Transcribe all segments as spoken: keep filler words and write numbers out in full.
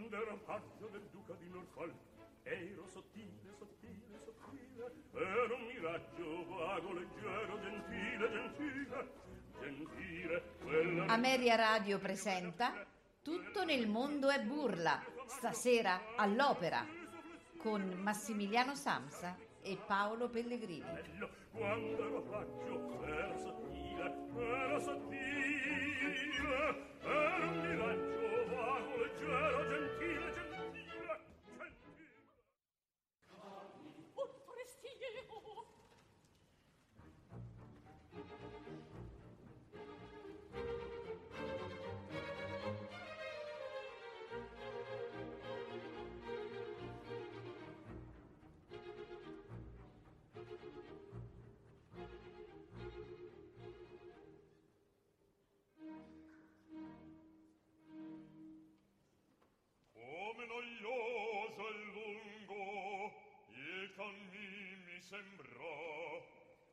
era paggio del duca di Norfolk. Ero sottile, sottile, sottile, ero un miraggio vago, leggero, gentile, gentile, gentile. Quella... Ameria Radio presenta Tutto nel mondo è burla, stasera all'Opera, con Massimiliano Samsa e Paolo Pellegrini. Bello, quando ero paggio, era sottile, era sottile, era un miraggio vago, leggero, gentile, gentile. Come noioso e lungo il cammin mi sembrò,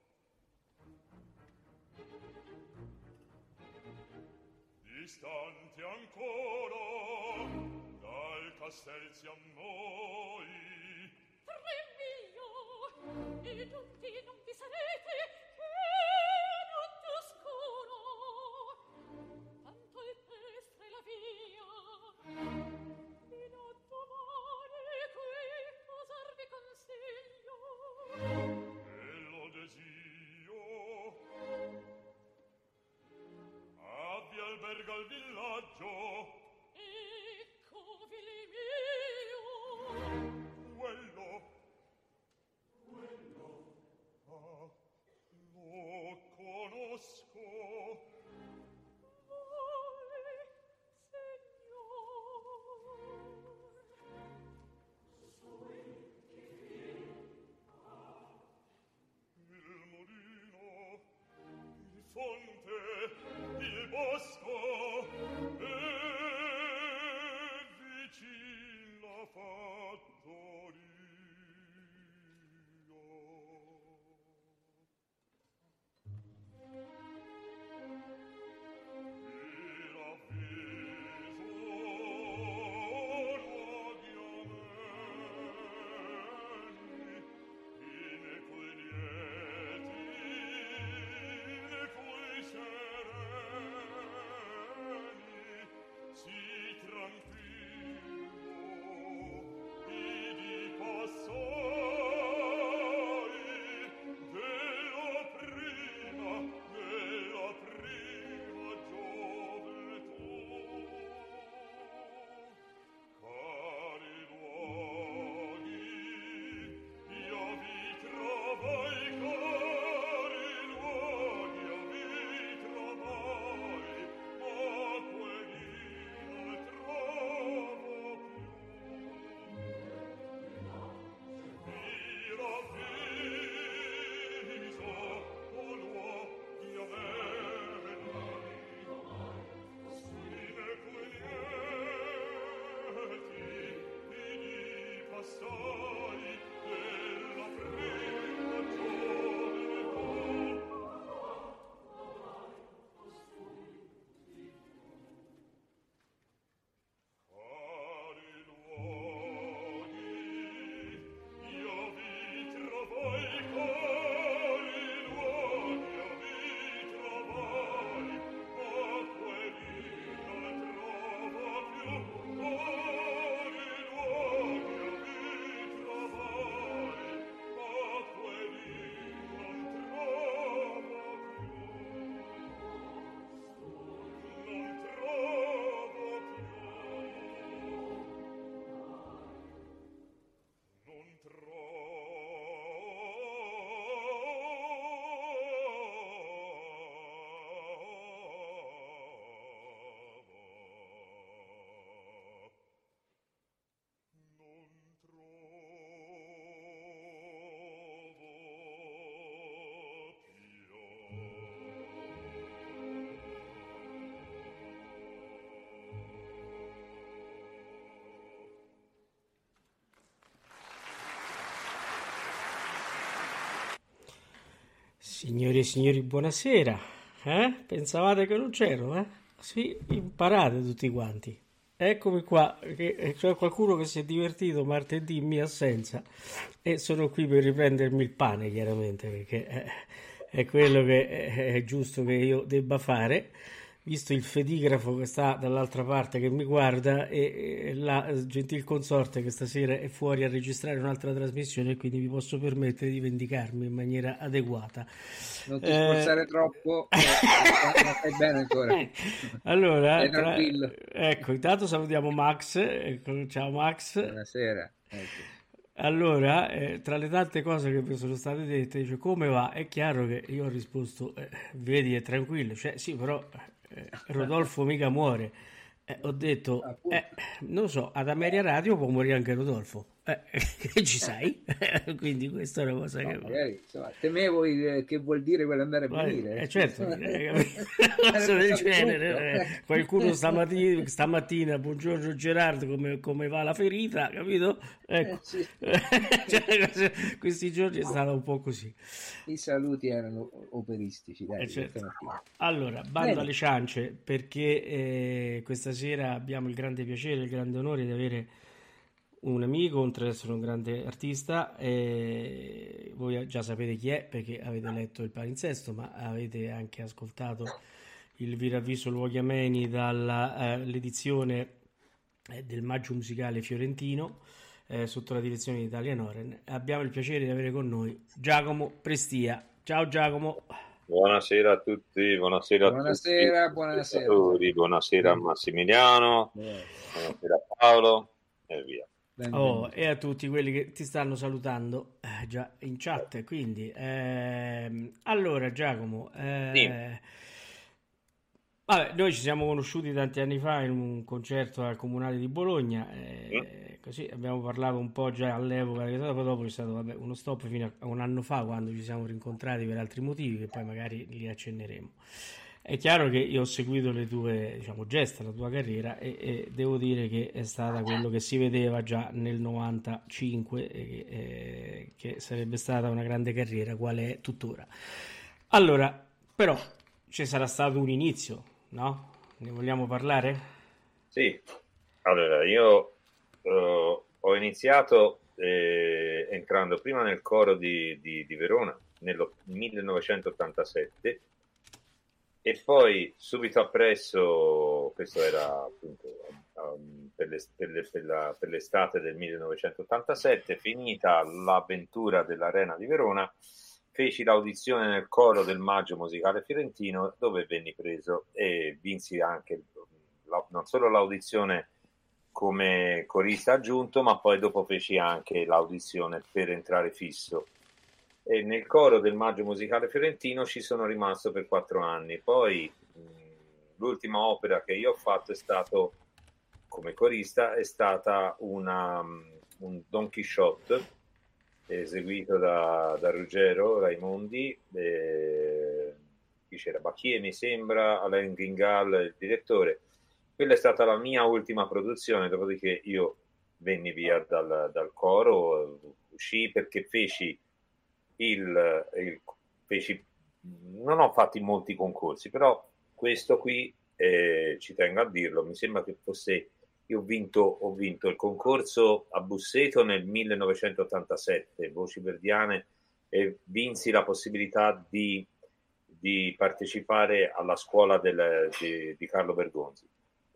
distante ancora dal castel siam noi. Tre mio, e tutti non vi sarete, che notte oscuro, tanto è pestre la via. Di notte umane qui posar vi consiglio, E lo desio, abbi alberga al villaggio. ecco vile mio. Quello, ah, lo conosco. Voi, Signor. Il mulino, il fonte, il bosco e vicin la fattoria. Il avviso luoghi amenni, in cui lieti, in cui sereni, si tranquillo, idi passai della prima, della prima gioventù. Cari luoghi, io vi trovai, cari luoghi, io vi trovai, ma quelli non trovo più. Vi ravviso, o luoghi amenni, suine cui lieti, idi passai della prima gioventù. Cari luoghi, io vi trovai, cari luoghi, io vi trovai, ma quelli non trovo più. Cari luoghi, io vi trovai, ma quelli non trovo più. Non trovo più. Non trovo. Non Signore e signori, buonasera. Eh? Pensavate che non c'ero, eh? Sì, imparate tutti quanti. Eccomi qua, che c'è qualcuno che si è divertito martedì in mia assenza e sono qui per riprendermi il pane, chiaramente, perché è, è quello che è, è giusto che io debba fare, visto il fedigrafo che sta dall'altra parte che mi guarda e, e la gentil consorte che stasera è fuori a registrare un'altra trasmissione, e quindi mi posso permettere di vendicarmi in maniera adeguata. Non ti Eh, sforzare troppo, eh, stai, stai bene ancora. Allora, Stai tra- tranquillo. ecco, intanto salutiamo Max. Ecco, ciao Max. Buonasera. Ecco. Allora, eh, tra le tante cose che mi sono state dette, dice come va? È chiaro che io ho risposto, eh, vedi, è tranquillo, cioè sì, però eh, Rodolfo mica muore. Eh, ho detto, Appunto. eh, non lo so, ad Ameria Radio può morire anche Rodolfo. Eh, che ci sai? Quindi questa è una cosa No, che... magari, insomma, temevo il, che vuol dire quell'andare a Vai, venire. eh, certo, eh, una cosa del genere, eh. Qualcuno stamattina, stamattina, buongiorno Gerardo, come, come va la ferita, capito? Ecco. Eh, sì. Cioè, questi giorni è stato un po' così. I saluti erano operistici, dai, Eh, certo. stamattina. Allora, bando Bene. alle ciance, perché eh, questa sera abbiamo il grande piacere, il grande onore di avere un amico, oltre ad essere un grande artista. E voi già sapete chi è perché avete letto il palinsesto, ma avete anche ascoltato il Viravviso Luoghi Ameni dall'edizione eh, del Maggio Musicale Fiorentino, eh, sotto la direzione di Italia Noren. Abbiamo il piacere di avere con noi Giacomo Prestia. Ciao Giacomo. Buonasera a tutti, buonasera, Buonasera, a tutti. buonasera. Buonasera, buonasera a Massimiliano, Eh, buonasera a Paolo e via. benvenuto. Oh, e a tutti quelli che ti stanno salutando eh, già in chat. Quindi, ehm, allora, Giacomo, eh, Sì. vabbè, noi ci siamo conosciuti tanti anni fa in un concerto al Comunale di Bologna. eh, così abbiamo parlato un po' già all'epoca, che poi dopo c'è stato vabbè, uno stop fino a un anno fa quando ci siamo rincontrati per altri motivi che poi magari li accenneremo. È chiaro che io ho seguito le tue, diciamo, gesta, la tua carriera e, e devo dire che è stata quello che si vedeva già nel novantacinque e, e, che sarebbe stata una grande carriera, quale è tuttora. Allora, però ci sarà stato un inizio, no? Ne vogliamo parlare? Sì, allora io eh, ho iniziato eh, entrando prima nel coro di, di, di Verona nel millenovecentottantasette e poi subito appresso, questo era appunto um, per, le, per, le, per, la, per l'estate del millenovecentottantasette, finita l'avventura dell'Arena di Verona, feci l'audizione nel coro del Maggio Musicale Fiorentino, dove venni preso e vinsi anche la, non solo l'audizione come corista aggiunto, ma poi dopo feci anche l'audizione per entrare fisso. E nel coro del Maggio Musicale Fiorentino ci sono rimasto per quattro anni. Poi mh, l'ultima opera che io ho fatto è stato, come corista, è stata una, un Don Chisciotte eseguito da, da Ruggero Raimondi, eh, chi c'era? Bacchie mi sembra, Alain Guingal il direttore. Quella è stata la mia ultima produzione, dopodiché io venni via dal, dal coro, uscì perché feci il, il feci, non ho fatto molti concorsi, però questo qui eh, ci tengo a dirlo, mi sembra che fosse, io ho vinto, ho vinto il concorso a Busseto nel millenovecentottantasette, Voci Verdiane, e vinsi la possibilità di, di partecipare alla scuola del, di, di Carlo Bergonzi.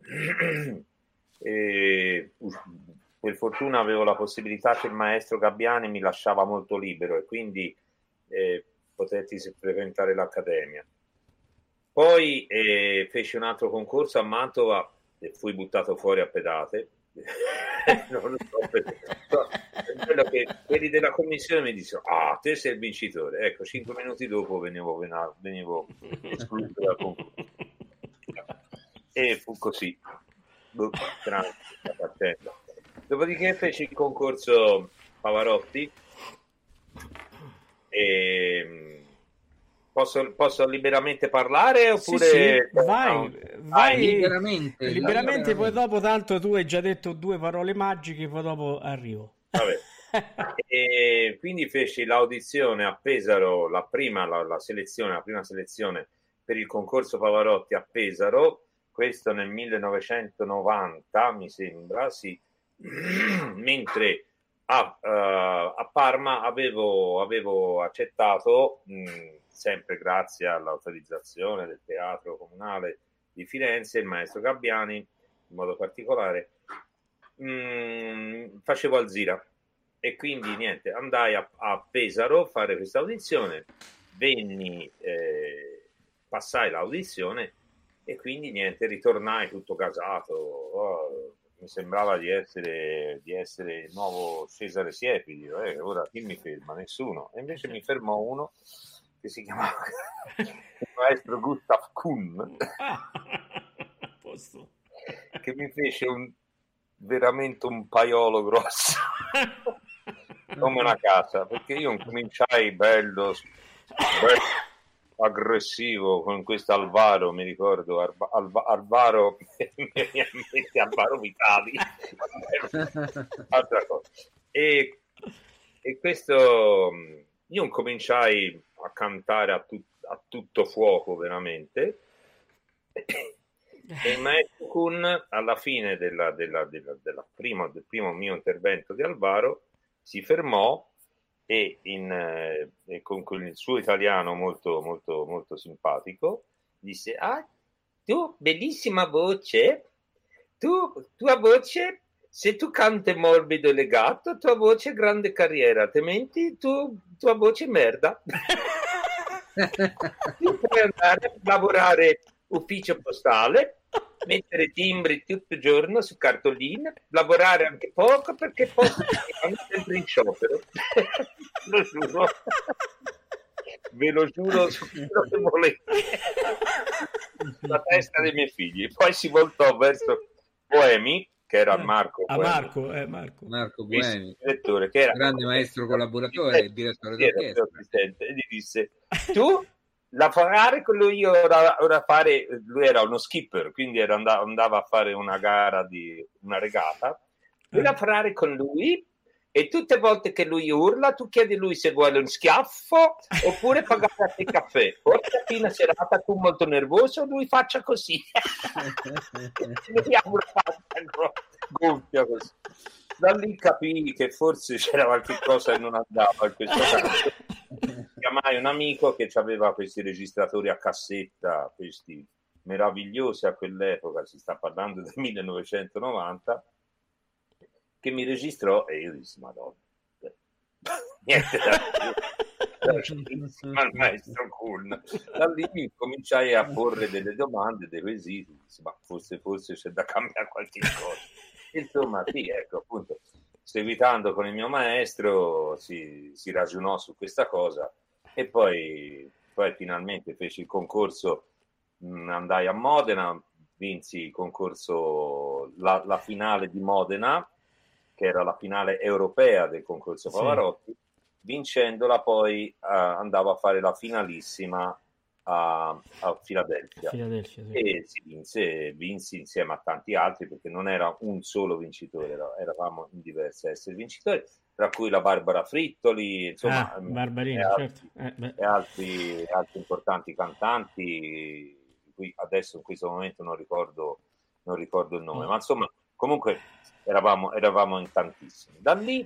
E, per fortuna avevo la possibilità che il maestro Gabbiani mi lasciava molto libero e quindi eh, potetti frequentare l'accademia. Poi eh, feci un altro concorso a Mantova e fui buttato fuori a pedate. Non lo so perché. Quello che quelli della commissione mi dissero: ah, te sei il vincitore. Ecco, cinque minuti dopo venivo, venivo escluso dal concorso. E fu così. Dopodiché feci il concorso Pavarotti e posso, posso liberamente parlare oppure sì, sì, vai, no? vai ah, liberamente, liberamente, poi dopo tanto tu hai già detto due parole magiche, poi dopo arrivo. Vabbè. E quindi feci l'audizione a Pesaro, la prima la, la selezione, la prima selezione per il concorso Pavarotti a Pesaro. questo nel millenovecentonovanta, mi sembra, sì, mentre a, uh, a Parma avevo, avevo accettato, mh, sempre grazie all'autorizzazione del Teatro Comunale di Firenze, il maestro Gabbiani, in modo particolare, mh, facevo Alzira. E quindi niente, andai a, a Pesaro a fare questa audizione, venni, eh, passai l'audizione e quindi niente, ritornai tutto gasato. Oh, mi sembrava di essere, di essere il nuovo Cesare Siepi, dico, eh, ora chi mi ferma? Nessuno. E invece mi fermò uno che si chiamava il maestro Gustav Kuhn, che mi fece un, veramente un paiolo grosso. Come una casa, perché io cominciai bello, bello aggressivo con questo Alvaro, mi ricordo Alva, Alva, Alvaro Alvaro Vitali altra cosa. E, e questo io cominciai a cantare a, tu, a tutto fuoco veramente, e il maestro Kuhn alla fine della, della, della, della prima, del primo mio intervento di Alvaro si fermò e, in, eh, con, con il suo italiano molto, molto, molto simpatico disse: ah, tu bellissima voce, tu, tua voce, se tu canti morbido e legato, tua voce grande carriera, altrimenti tu, tua voce merda. Tu puoi andare a lavorare ufficio postale, mettere timbri tutto il giorno su cartoline, lavorare anche poco perché poi siamo sempre in sciopero. Lo giuro, ve lo giuro su quello che volete, la testa dei miei figli. Poi si voltò verso Boemi, che era Marco a Boemi, Marco, eh, Marco. Marco Boemi, direttore, che era grande maestro collaboratore e direttore d'orchestra, e gli disse: tu lavorare con lui, ora, ora fare, lui era uno skipper, quindi era, andava, andava a fare una gara di una regata, vuoi lavorare con lui e tutte le volte che lui urla tu chiedi a lui se vuole un schiaffo oppure pagare a te caffè, forse a fine serata tu molto nervoso lui faccia così lui ha una faccia gonfia così. Da lì capii che forse c'era qualche cosa che non andava in questo caso. Chiamai un amico che aveva questi registratori a cassetta, questi meravigliosi a quell'epoca, si sta parlando del millenovecentonovanta, che mi registrò e io dissi: madonna, niente da dire al maestro Kuhn. Da lì mi cominciai a porre delle domande, dei quesiti, dissi, ma forse, forse c'è da cambiare qualche cosa. Insomma, sì, ecco, appunto, seguitando con il mio maestro si, si ragionò su questa cosa e poi, poi finalmente feci il concorso, mh, andai a Modena, vinsi il concorso, la, la finale di Modena, che era la finale europea del concorso Pavarotti, sì. Vincendola poi uh, andavo a fare la finalissima a, a Filadelfia, Filadelfia sì. E si vinse, vinsi insieme a tanti altri perché non era un solo vincitore, eravamo in diversi a essere vincitori, tra cui la Barbara Frittoli, insomma, ah, Barbarina, e, altri, certo. eh, e altri, altri importanti cantanti, qui adesso in questo momento non ricordo, non ricordo il nome, oh. Ma insomma comunque eravamo, eravamo in tantissimi. Da lì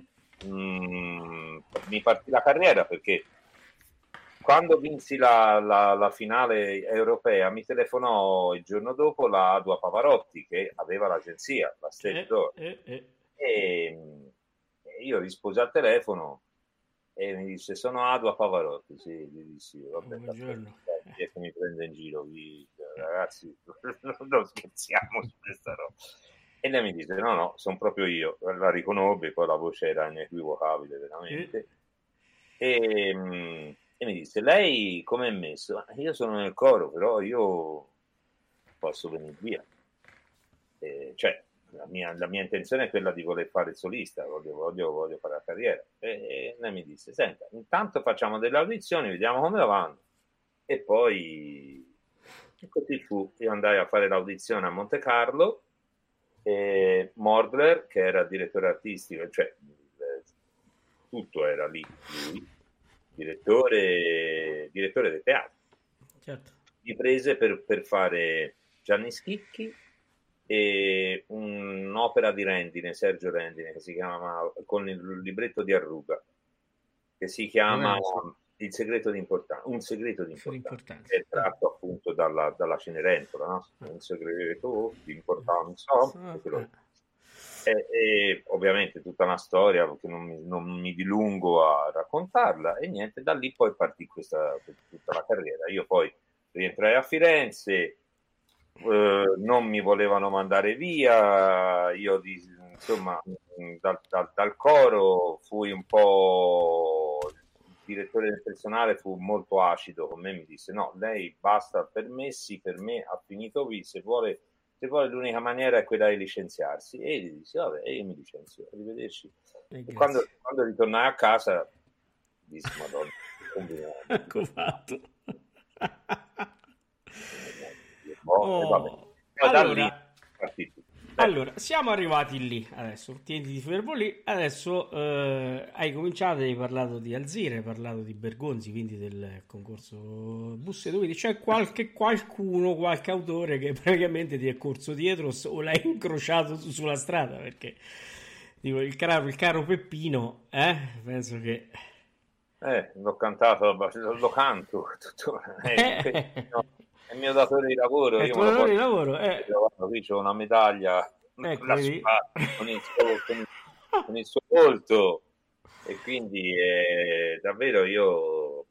mh, mi partì la carriera perché quando vinsi la, la, la finale europea mi telefonò il giorno dopo la Adua Pavarotti che aveva l'agenzia, la State Door, eh, eh, eh. E, e io risposi al telefono e mi disse: sono Adua Pavarotti. Sì, gli dissi: vabbè, che mi prende in giro, vi, ragazzi, non scherziamo su questa roba. E lei mi disse: no, no, sono proprio io. La riconobbi, poi la voce era inequivocabile veramente. Eh. E E mi disse: lei come è messo? Io sono nel coro, però io posso venire via. E cioè, la mia, la mia intenzione è quella di voler fare il solista, voglio, voglio, voglio fare la carriera. E, e lei mi disse: senta, intanto facciamo delle audizioni, vediamo come vanno. E poi, e così fu. Io andai a fare l'audizione a Monte Carlo, e Mordler, che era direttore artistico, cioè tutto era lì, lui. Direttore, direttore del teatro, certo. Mi prese per, per fare Gianni Schicchi e un'opera di Rendine, Sergio Rendine, che si chiama, con il libretto di Arruga, che si chiama Il segreto di importanza, un segreto di importanza, è tratto appunto dalla, dalla Cenerentola, no? Un segreto di importanza. E, e ovviamente tutta una storia, perché non mi, non mi dilungo a raccontarla, e niente, da lì poi partì questa tutta la carriera. Io poi rientrai a Firenze, eh, non mi volevano mandare via, io di, insomma dal, dal, dal coro fui un po', il direttore del personale fu molto acido con me, mi disse no, lei basta permessi, per me ha finito qui, se vuole se vuole l'unica maniera è quella di licenziarsi, e gli disse vabbè, io mi licenzio, arrivederci. E quando, quando ritornai a casa dissi madonna, ecco fatto. Oh, vabbè. Allora, allora, siamo arrivati lì adesso, tienti di fermo lì, adesso eh, hai cominciato, hai parlato di Alzire, hai parlato di Bergonzi, quindi del concorso Busseto, quindi c'è qualche qualcuno, qualche autore che praticamente ti è corso dietro o l'hai incrociato su, sulla strada, perché dico, il caro, il caro Peppino, eh, penso che... Eh, l'ho cantato, lo, lo canto, tutto, eh, no. È il mio datore di lavoro. È il tuo datore di lavoro, eh. Qui c'ho una medaglia ecco, con, spada, con, il suo, con, con il suo volto, e quindi eh, davvero io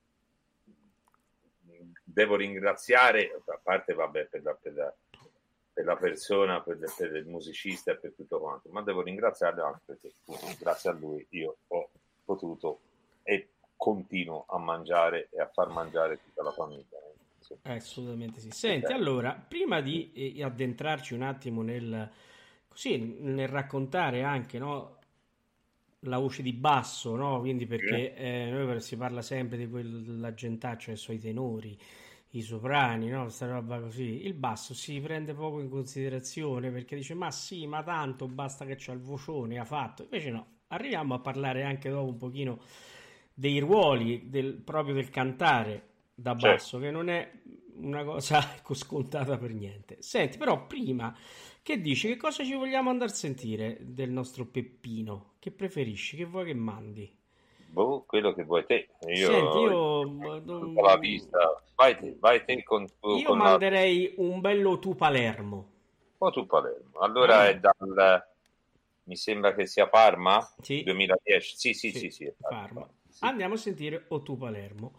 devo ringraziare, a parte vabbè per la, per la, per la persona, per, per il musicista e per tutto quanto, ma devo ringraziarlo anche perché grazie a lui io ho potuto e continuo a mangiare e a far mangiare tutta la famiglia. Assolutamente sì. Senti, allora, prima di eh, addentrarci un attimo nel, così, nel raccontare anche, no, la voce di basso, no? Quindi perché eh, noi si parla sempre di quella gentaccia, cioè i tenori, i soprani, no? Questa roba così. Il basso si prende poco in considerazione perché dice ma sì, ma tanto basta che c'ha il vocione, ha fatto. Invece no, arriviamo a parlare anche dopo un pochino dei ruoli del, proprio del cantare da basso, certo, che non è una cosa scontata per niente. Senti, però prima, che dici? Che cosa ci vogliamo andare a sentire del nostro Peppino? Che preferisci? Che vuoi che mandi? Boh, quello che vuoi te. Io, Senti, io... Non... la vista. Vai te, vai te con... Io con manderei la... un bello Tu Palermo. O Tu Palermo. Allora ah. è dal... mi sembra che sia Parma? Sì. duemiladieci. Sì, sì, sì, sì, sì, è Parma. Parma. Sì. Andiamo a sentire O Tu Palermo.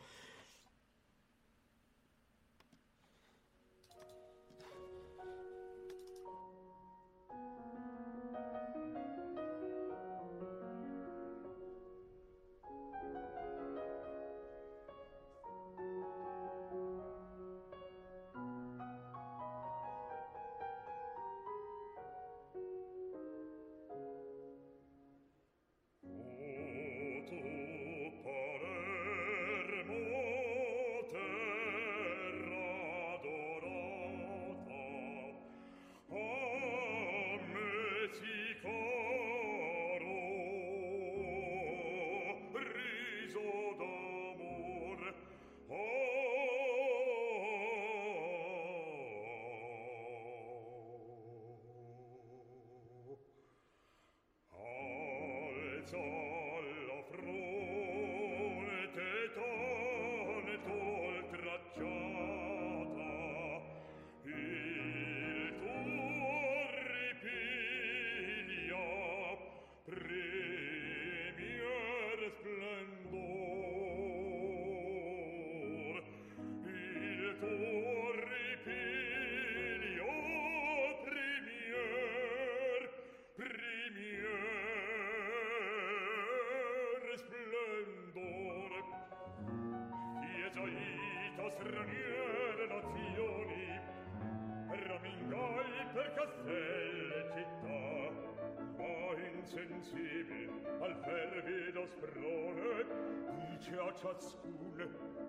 straniere nazioni, ramingai per castelli città, ma insensibile al fervido sprone dice a ciascun: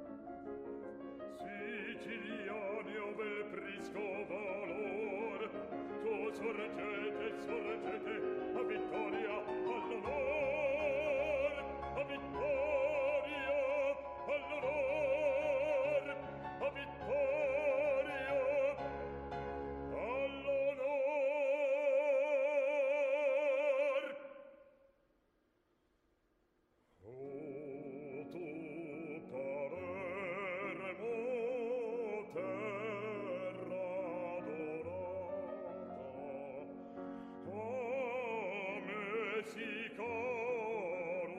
siciliani ove il prisco valor, tu sorgete, sorgete a vittoria, all'onor, a vittoria, all'onor, a vittoria, sì caro,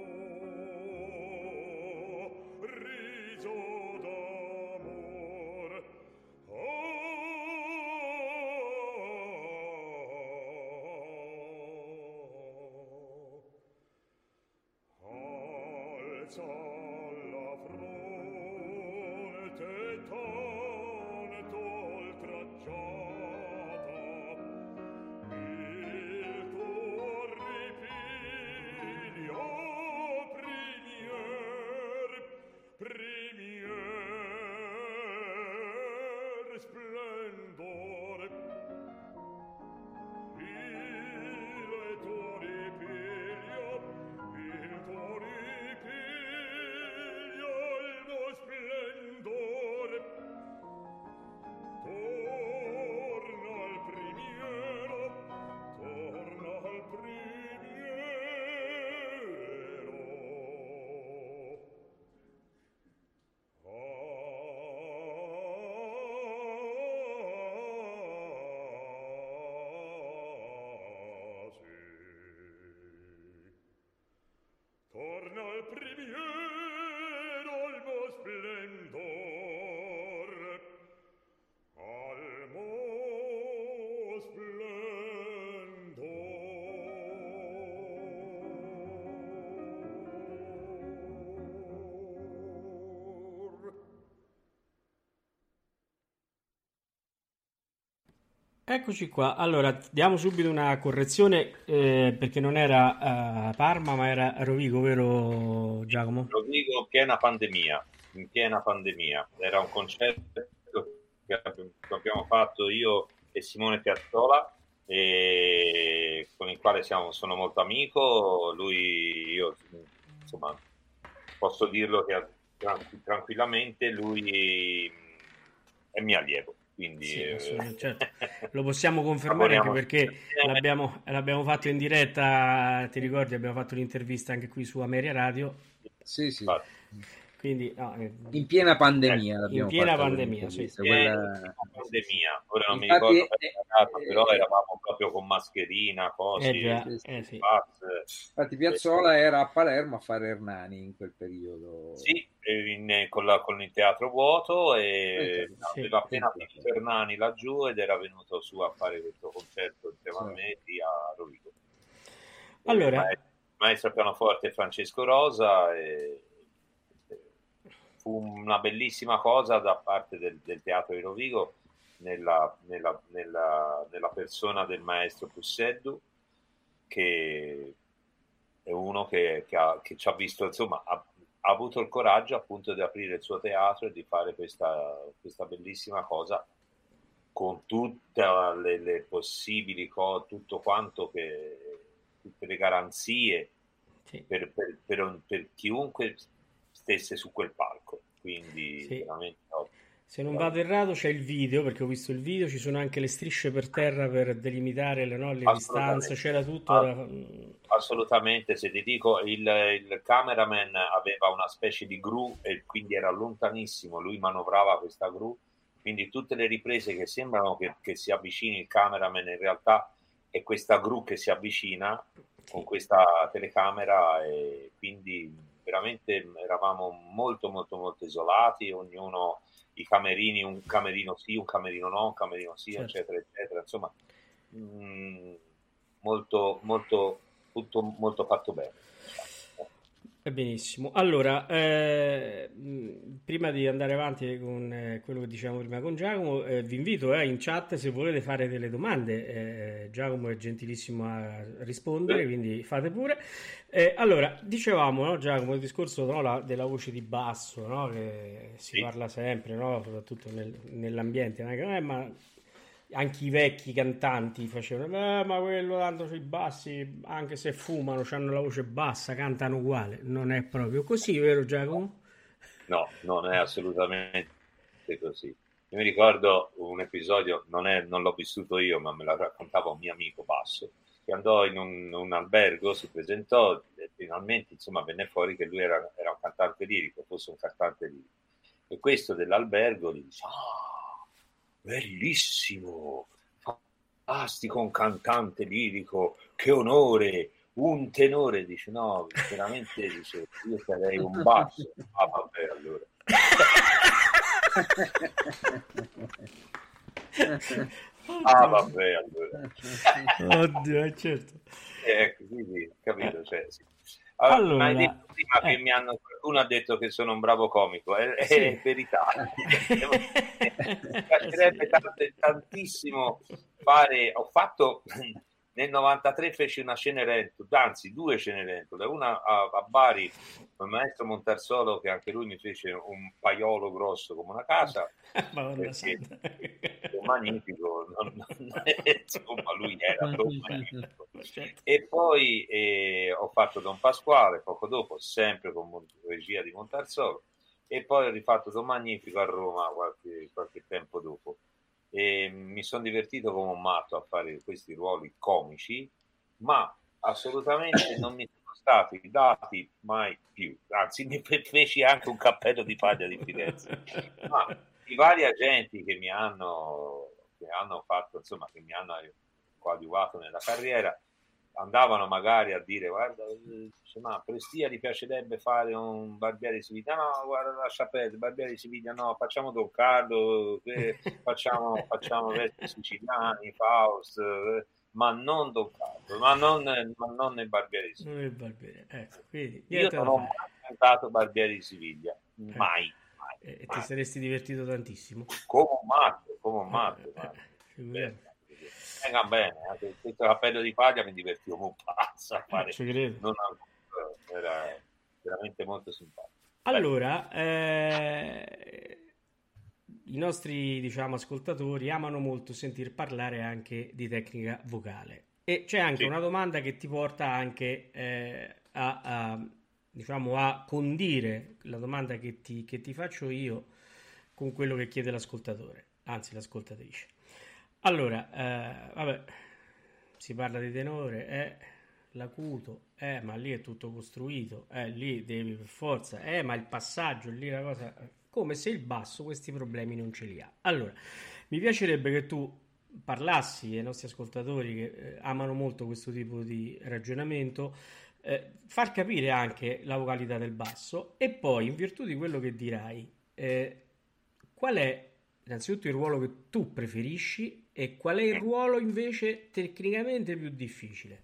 riso d'amor. Alza la fronte tanto oltraggiata, il tuo ripiglio primier, primier splendore. Il tuo ripiglio, il tuo ripiglio, il tuo splendore. Torna al primiero, torna al primiero. Ah, sì. Torna al primiero il mo splendor, al mo splendor. Eccoci qua. Allora, diamo subito una correzione eh, perché non era eh, Parma, ma era Rovigo, vero Giacomo? Rovigo in piena pandemia, in piena pandemia. Era un concerto che ab- che abbiamo fatto io e Simone Piazzola, e con il quale siamo, sono molto amico. Lui, io, insomma, posso dirlo che tranqu- tranquillamente lui è mio allievo. Quindi Sì, eh, assolutamente, certo. Lo possiamo confermare anche lavoriamo perché insieme. l'abbiamo, l'abbiamo fatto in diretta, ti ricordi? Abbiamo fatto l'intervista anche qui su Ameria Radio, Sì, sì. Infatti, quindi no, eh, In piena pandemia in l'abbiamo piena fatta pandemia, sì. quell'intervista, piena quella- pandemia. Ora non mi Infatti, ricordo per eh, la data, però eh, eravamo proprio con mascherina, Eh cosi, già, sì, sì. eh sì. pass. Infatti Piazzolla era a Palermo a fare Hernani in quel periodo. Sì, eh, in- con, la- con il teatro vuoto, e Esatto. Sì. aveva appena Esatto. finito Hernani laggiù ed era venuto su a fare questo concerto insieme a Sì. me lì a Rovigo. E Allora, il maestro, maestro pianoforte Francesco Rosa, e, e fu una bellissima cosa da parte del, del teatro di Rovigo nella, nella- nella- nella persona del maestro Pusseddu, che è uno che, che ha, che ci ha visto, insomma, ha, ha avuto il coraggio appunto di aprire il suo teatro e di fare questa, questa bellissima cosa con tutte le, le possibili cose, tutto quanto che, tutte le garanzie sì, per, per- per un- per chiunque stesse su quel palco. Quindi sì. veramente ottimo. Se non vado errato c'è il video, perché ho visto il video, ci sono anche le strisce per terra per delimitare le, no, le distanze, Assolutamente. c'era tutto. Ah, Era... Assolutamente, se ti dico, il, il cameraman aveva una specie di gru e quindi era lontanissimo, lui manovrava questa gru, quindi tutte le riprese che sembrano che, che si avvicini il cameraman, in realtà è questa gru che si avvicina con questa telecamera, e quindi veramente eravamo molto molto molto isolati, ognuno, i camerini, un camerino sì, un camerino no, un camerino sì, Certo. eccetera eccetera, insomma mh, molto molto tutto molto fatto bene. Eh, Benissimo. Allora, eh, mh, prima di andare avanti con eh, quello che dicevamo prima con Giacomo, eh, vi invito eh, in chat se volete fare delle domande. Eh, Giacomo è gentilissimo a rispondere, Sì. quindi fate pure. Eh, allora, dicevamo, no, Giacomo, il discorso, no, la- della voce di basso, no, che si Sì. parla sempre, no, soprattutto nel- nell'ambiente, no, che, eh, ma anche i vecchi cantanti facevano, "Eh, ma quello tanto sui bassi, anche se fumano, hanno la voce bassa, cantano uguale." Non è proprio così, vero Giacomo? No, non è assolutamente così. Io mi ricordo un episodio, non, è, non l'ho vissuto io, ma me la raccontava un mio amico basso, che andò in un, un albergo, si presentò e finalmente, insomma, venne fuori che lui era, era un cantante lirico, fosse un cantante lirico. E questo dell'albergo gli dice, ah, bellissimo, fantastico, un cantante lirico, che onore, un tenore, dice no, veramente dice io sarei un basso. Ah vabbè allora. Ah vabbè allora. Oddio, certo. Eh, quindi, capito, cioè, sì. Allora, Allora, ma hai detto prima eh. che mi hanno, qualcuno ha detto che sono un bravo comico, è, Sì. è verità. Mi piacerebbe tante- tantissimo fare, ho fatto nel novantatré feci una Cenerentola, anzi due Cenerentole, una a, a Bari con il maestro Montarsolo che anche lui mi fece un paiolo grosso come una casa, Madonna perché santa. è magnifico, non- non- insomma lui era proprio magnifico. Certo. E poi eh, ho fatto Don Pasquale poco dopo, sempre con mon- regia di Montarsolo, e poi ho rifatto Don Magnifico a Roma qualche, qualche tempo dopo. E mi sono divertito come un matto a fare questi ruoli comici, ma assolutamente non mi sono stati dati mai più. Anzi, mi fe- feci anche un cappello di paglia di Firenze. Ma i vari agenti che mi hanno, che hanno fatto, insomma, che mi hanno coadiuvato nella carriera, andavano magari a dire guarda, eh, dice, ma a Prestia gli piacerebbe fare un Barbiere di Siviglia, no guarda lascia perdere, Barbiere di Siviglia no, facciamo Don Carlo, eh, facciamo, facciamo Vesti Siciliani, Faust, eh, ma non Don Carlo, ma non, ma non nel Barbiere di Siviglia. Non è Barbiere, ecco, quindi Io niente non da ho fare. mai cantato Barbiere di Siviglia, mai, Eh. mai, E ti mai. saresti divertito tantissimo. Come un matto, come un matto, Eh, ma- eh, figuriamoci. venga bene, anche questo cappello di paglia mi divertivo un pazzo a fare, Ci credo. non ancora, era veramente molto simpatico. Allora, eh, i nostri, diciamo, ascoltatori amano molto sentir parlare anche di tecnica vocale. E c'è anche Sì. una domanda che ti porta anche eh, a, a, diciamo, a condire la domanda che ti, che ti faccio io con quello che chiede l'ascoltatore, anzi l'ascoltatrice. Allora, eh, vabbè, si parla di tenore, eh, l'acuto, eh, ma lì è tutto costruito, eh, lì devi per forza, eh, ma il passaggio, lì la cosa, come se il basso questi problemi non ce li ha. Allora, mi piacerebbe che tu parlassi ai nostri ascoltatori che eh, amano molto questo tipo di ragionamento, eh, far capire anche la vocalità del basso e poi, in virtù di quello che dirai, eh, qual è innanzitutto il ruolo che tu preferisci e qual è il ruolo invece tecnicamente più difficile?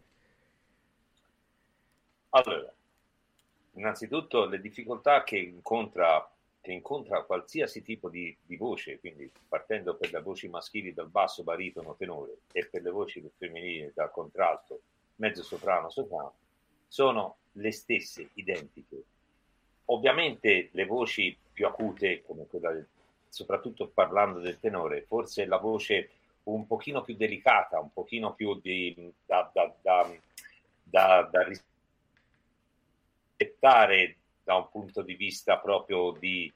Allora, innanzitutto le difficoltà che incontra, che incontra qualsiasi tipo di, di voce, quindi partendo per le voci maschili dal basso, baritono, tenore e per le voci femminili dal contralto, mezzo soprano, soprano, sono le stesse, identiche. Ovviamente le voci più acute, come quella del, soprattutto parlando del tenore, forse la voce un pochino più delicata, un pochino più di, da, da, da, da, da rispettare da un punto di vista proprio di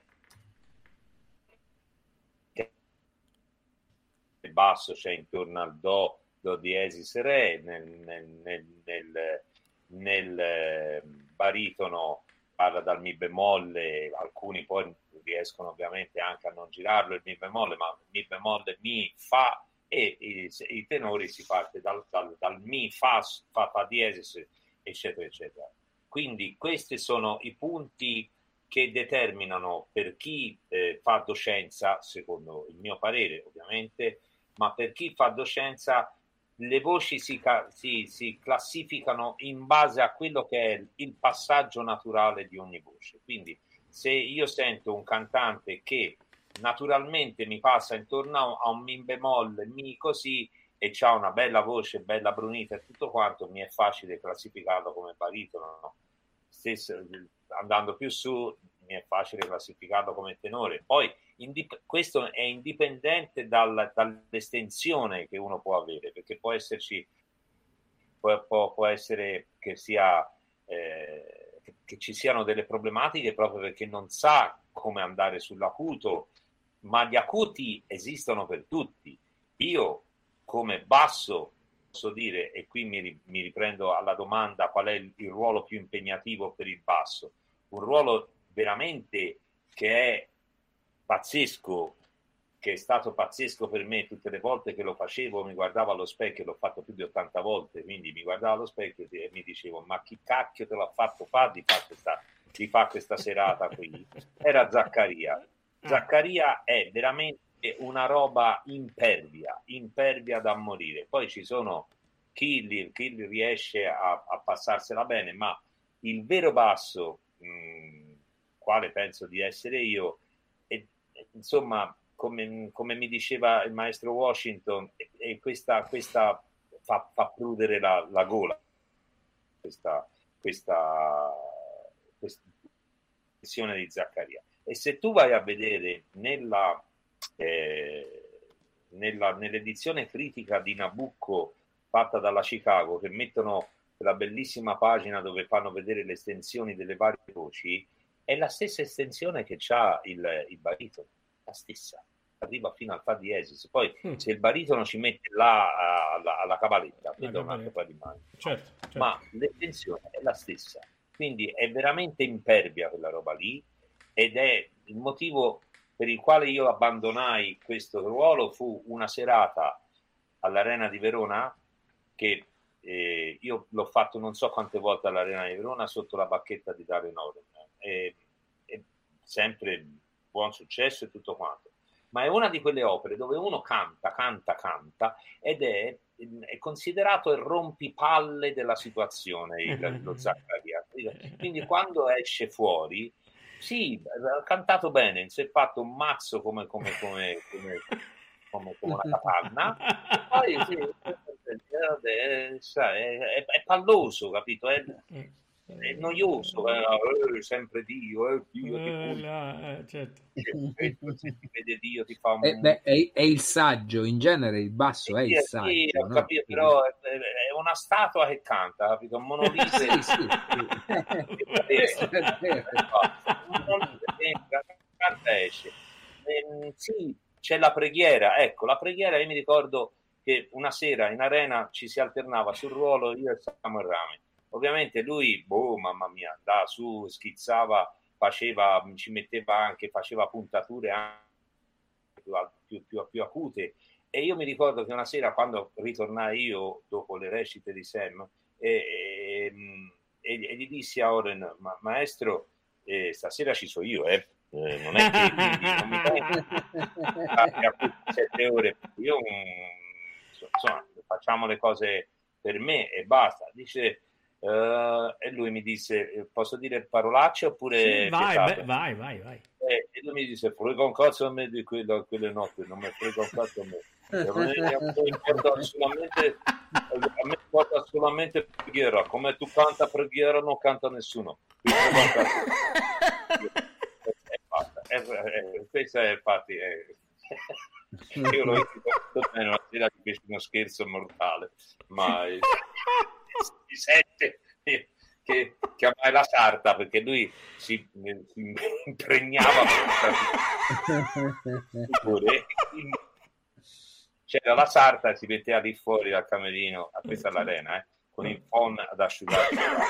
basso, c'è intorno al do, do diesis re, nel, nel, nel, nel, nel baritono parla dal mi bemolle, alcuni poi riescono ovviamente anche a non girarlo il mi bemolle, ma mi bemolle, mi, fa, e i, i tenori si parte dal, dal, dal mi, fa, fa, fa diesis, eccetera, eccetera. Quindi questi sono i punti che determinano per chi eh, fa docenza, secondo il mio parere ovviamente, ma per chi fa docenza le voci si, si, si classificano in base a quello che è il passaggio naturale di ogni voce. Quindi se io sento un cantante che naturalmente mi passa intorno a un mi bemolle, mi così, e c'ha una bella voce, bella brunita e tutto quanto, mi è facile classificarlo come baritono, no? Stesso, andando più su mi è facile classificarlo come tenore. Poi indip- questo è indipendente dal, dall'estensione che uno può avere, perché può esserci può, può, può essere che sia eh, che, che ci siano delle problematiche proprio perché non sa come andare sull'acuto, ma gli acuti esistono per tutti. Io come basso posso dire, e qui mi, mi riprendo alla domanda qual è il, il ruolo più impegnativo per il basso, un ruolo veramente che è pazzesco, che è stato pazzesco per me. Tutte le volte che lo facevo mi guardavo allo specchio, l'ho fatto più di ottanta volte, quindi mi guardavo allo specchio e mi dicevo: ma chi cacchio te l'ha fatto fare di fare questa, di fare questa serata qui? Era Zaccaria. Zaccaria è veramente una roba impervia, impervia da morire. Poi ci sono chi, li, chi riesce a, a passarsela bene, ma il vero basso, mh, quale penso di essere io, è, insomma, come, come mi diceva il maestro Washington, è, è questa, questa fa, fa prudere la, la gola, questa, questa, questa versione di Zaccaria. E se tu vai a vedere nella, eh, nella, nell'edizione critica di Nabucco fatta dalla Chicago, che mettono quella bellissima pagina dove fanno vedere le estensioni delle varie voci, è la stessa estensione che c'ha il, il baritono, la stessa, arriva fino al fa diesis. Poi mm. se il baritono ci mette là alla, alla cavaletta, vedo un altro po' di mano. Certo, certo. Ma l'estensione è la stessa, quindi è veramente impervia quella roba lì, ed è il motivo per il quale io abbandonai questo ruolo. Fu una serata all'Arena di Verona che eh, io l'ho fatto non so quante volte all'Arena di Verona sotto la bacchetta di Dario Noren, e, e sempre buon successo e tutto quanto, ma è una di quelle opere dove uno canta, canta, canta ed è, è considerato il rompipalle della situazione, il, lo Zaccaria. Quindi quando esce fuori, sì, ha cantato bene, si è fatto un mazzo come, come, come, come, come, come una capanna, e poi sì, è, è, è palloso, capito? È, è noioso, eh, sempre Dio, eh, Dio ti Eh, no, eh, certo. ti vede Dio, ti fa un... Eh, beh, è, è il saggio, in genere il basso è il Sì, saggio, sì, ho no? capito, però è, è una statua che canta, capito? Un monolite. Sì, sì, sì. Canta, esce. Ehm, sì, c'è la preghiera. Ecco, la preghiera, io mi ricordo che una sera in arena ci si alternava sul ruolo io e Samuel Rami. Ovviamente lui, boh, mamma mia, andava su, schizzava, faceva, ci metteva anche, faceva puntature anche più, più, più, più acute. E io mi ricordo che una sera, quando ritornai io dopo le recite di Sam, e, e, e, e gli dissi a Oren: ma, maestro, eh, stasera ci sono io, eh. Eh, non è che non mi fai sette ore, io insomma, facciamo le cose per me e basta. Dice, uh, e lui mi disse: posso dire parolacce oppure sì, vai, beh, vai, vai, vai. E, e lui mi disse: frega un cazzo a me di quella, quelle notti, non mi frega un cazzo a me. A me importa solamente, a me importa solamente preghiera, come tu canta preghiera non canta nessuno. E basta. E, e, questa è infatti è... io lo ricordo bene, una sera ti fece uno scherzo mortale, ma si sente che chiamai la sarta perché lui si, si impregnava c'era la sarta e si metteva lì fuori dal camerino, a questa all'arena, eh, con il phon ad asciugare.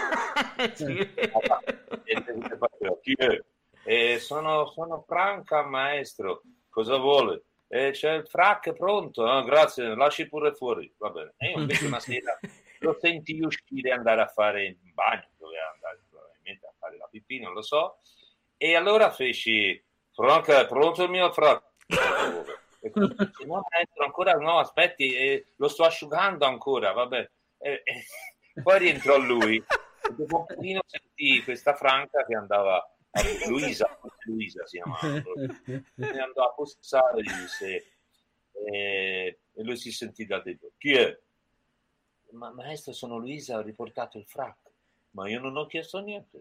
Chi è? Eh, sono, sono Franca, maestro, cosa vuole? Eh, c'è il frac pronto, no, grazie, lasci pure fuori, va bene. E io invece una sera lo senti uscire e andare a fare il bagno, doveva andare probabilmente a fare la pipì, non lo so, e allora feci: Franca, è pronto il mio frac? E quindi, no, maestro, ancora no, aspetti, eh, lo sto asciugando ancora, vabbè. E, e, poi rientrò lui, e dopo un pochino sentì questa Franca che andava, Luisa, Luisa si chiamava, e andò a bussare e gli disse, eh, e lui si sentì da dentro: chi è? Ma maestro, sono Luisa, ho riportato il frac. Ma io non ho chiesto niente.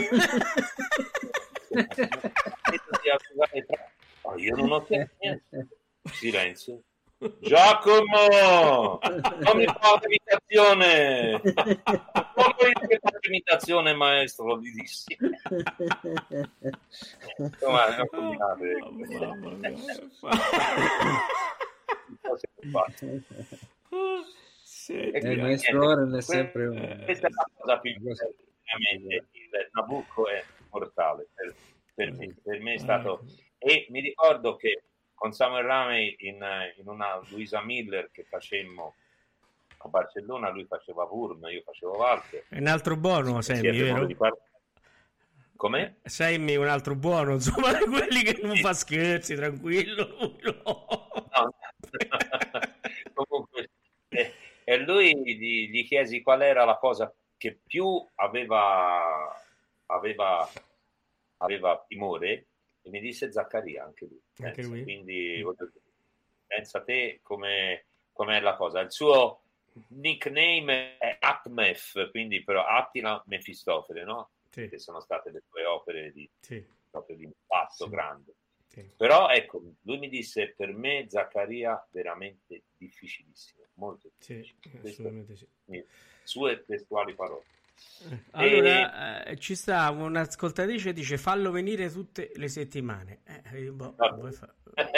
Ma io non ho chiesto niente. Silenzio. Giacomo, fammi fare l'imitazione. Come fare l'imitazione, maestro? Gli dissi. Insomma, non combinate. Il maestro Oren è sempre un... Questa è la cosa più veramente. Il Nabucco è mortale per, per me. Per me è stato... E mi ricordo che con Samuel Ramey in, in una Luisa Miller che facemmo a Barcellona, lui faceva Wurm, io facevo Walter. È un altro buono, Sammy, vero? Par- Come? Eh, Sammy un altro buono, insomma, di quelli che non Sì. fa scherzi, tranquillo. No. No. Comunque, eh, e lui gli, gli chiesi qual era la cosa che più aveva, aveva, aveva timore, e mi disse Zaccaria, anche lui. Anche Pensa. lui? Quindi voglio dire, pensa te come com'è la cosa. Il suo nickname è Atmef, quindi però Attila Mefistofele, no? Sì. Che sono state le sue opere di, Sì. proprio di impatto Sì. grande. Sì. Però ecco, lui mi disse, per me Zaccaria veramente difficilissimo, molto Sì, difficile. assolutamente sì. Queste sue testuali parole. Allora, eh, ci sta un'ascoltatrice che dice fallo venire tutte le settimane. Eh, boh, Va vuoi fa-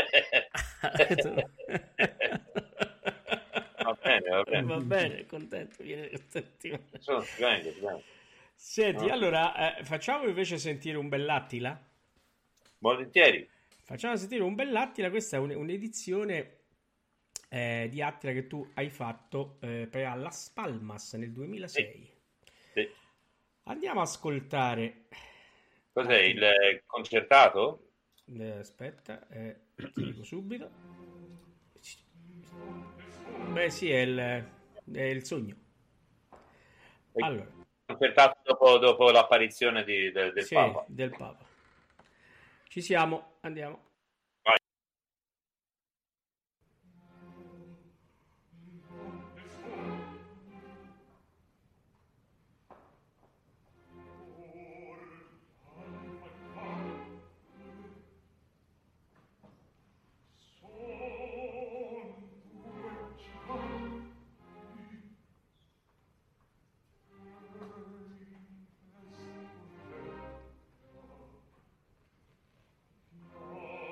Va bene, va bene. Va bene, contento. Viene le settimane. Sono, ti vengo, ti vengo. Senti, No. allora, eh, facciamo invece sentire un bell'Attila? Volentieri. Facciamo sentire un bell'Attila, questa è un- un'edizione eh, di Attila che tu hai fatto eh, per a Las Palmas nel duemilasei. Sì. Andiamo a ascoltare. Cos'è, il eh, concertato? Eh, aspetta, eh, ti dico subito. Beh, sì, è il, è il sogno. Allora, Concertato dopo, dopo l'apparizione di- del, del sì, Papa. del Papa. Ci siamo, andiamo. Vai. Oh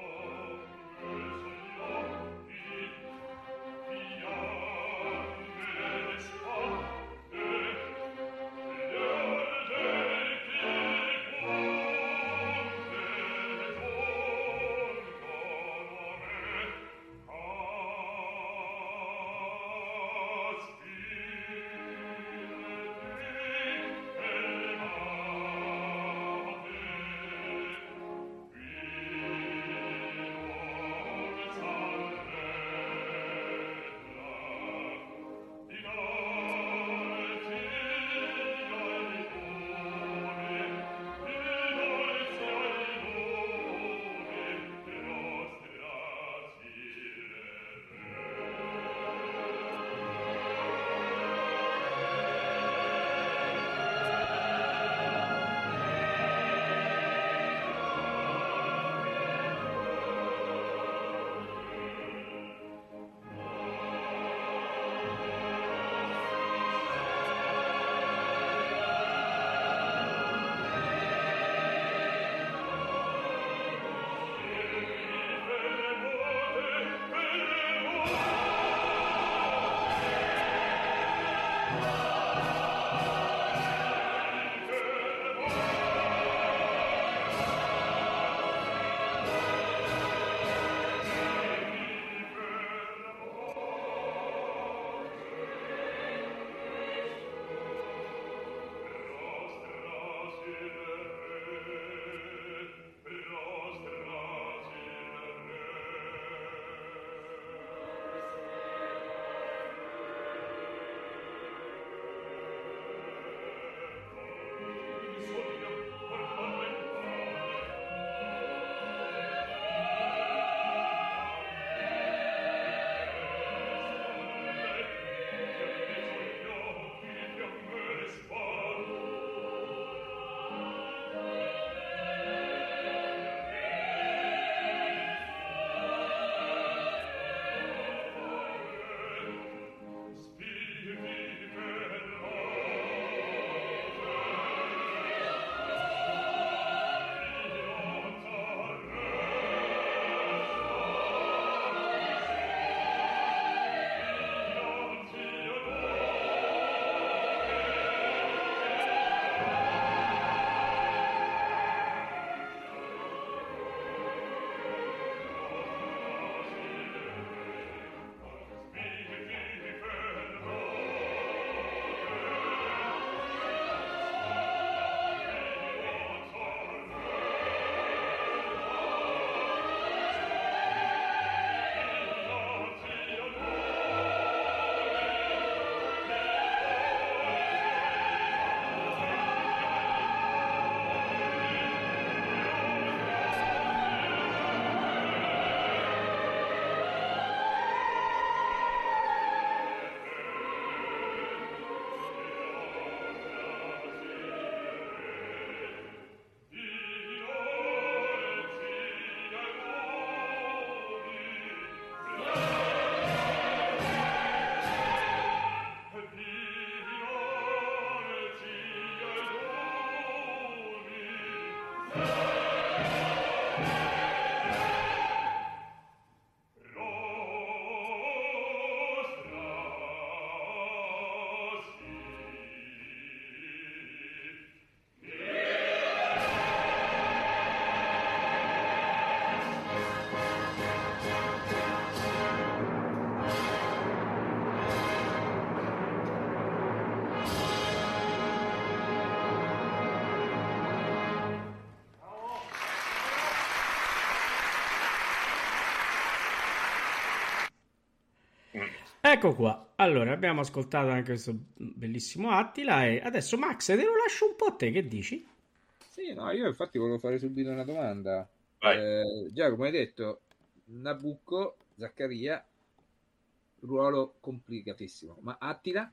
Ecco qua. Allora, abbiamo ascoltato anche questo bellissimo Attila e adesso Max, te lo lascio un po' a te, che dici? Sì, no, io infatti volevo fare subito una domanda. Vai. Eh, già, come hai detto, Nabucco, Zaccaria, ruolo complicatissimo. Ma Attila?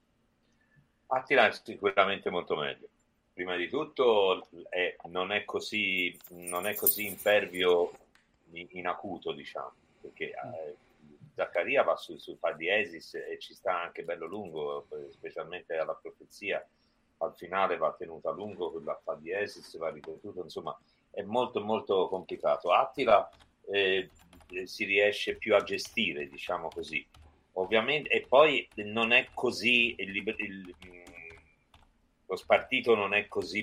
Attila è sicuramente molto meglio. Prima di tutto è, non è così non è così impervio in, in acuto, diciamo, perché eh, Zaccaria va su, su fa diesis e ci sta anche bello lungo, specialmente alla profezia. Al finale va tenuto a lungo, quella fa diesis va ripetuto, insomma è molto molto complicato. Attila eh, si riesce più a gestire, diciamo così, ovviamente, e poi non è così il, il, lo spartito non è così,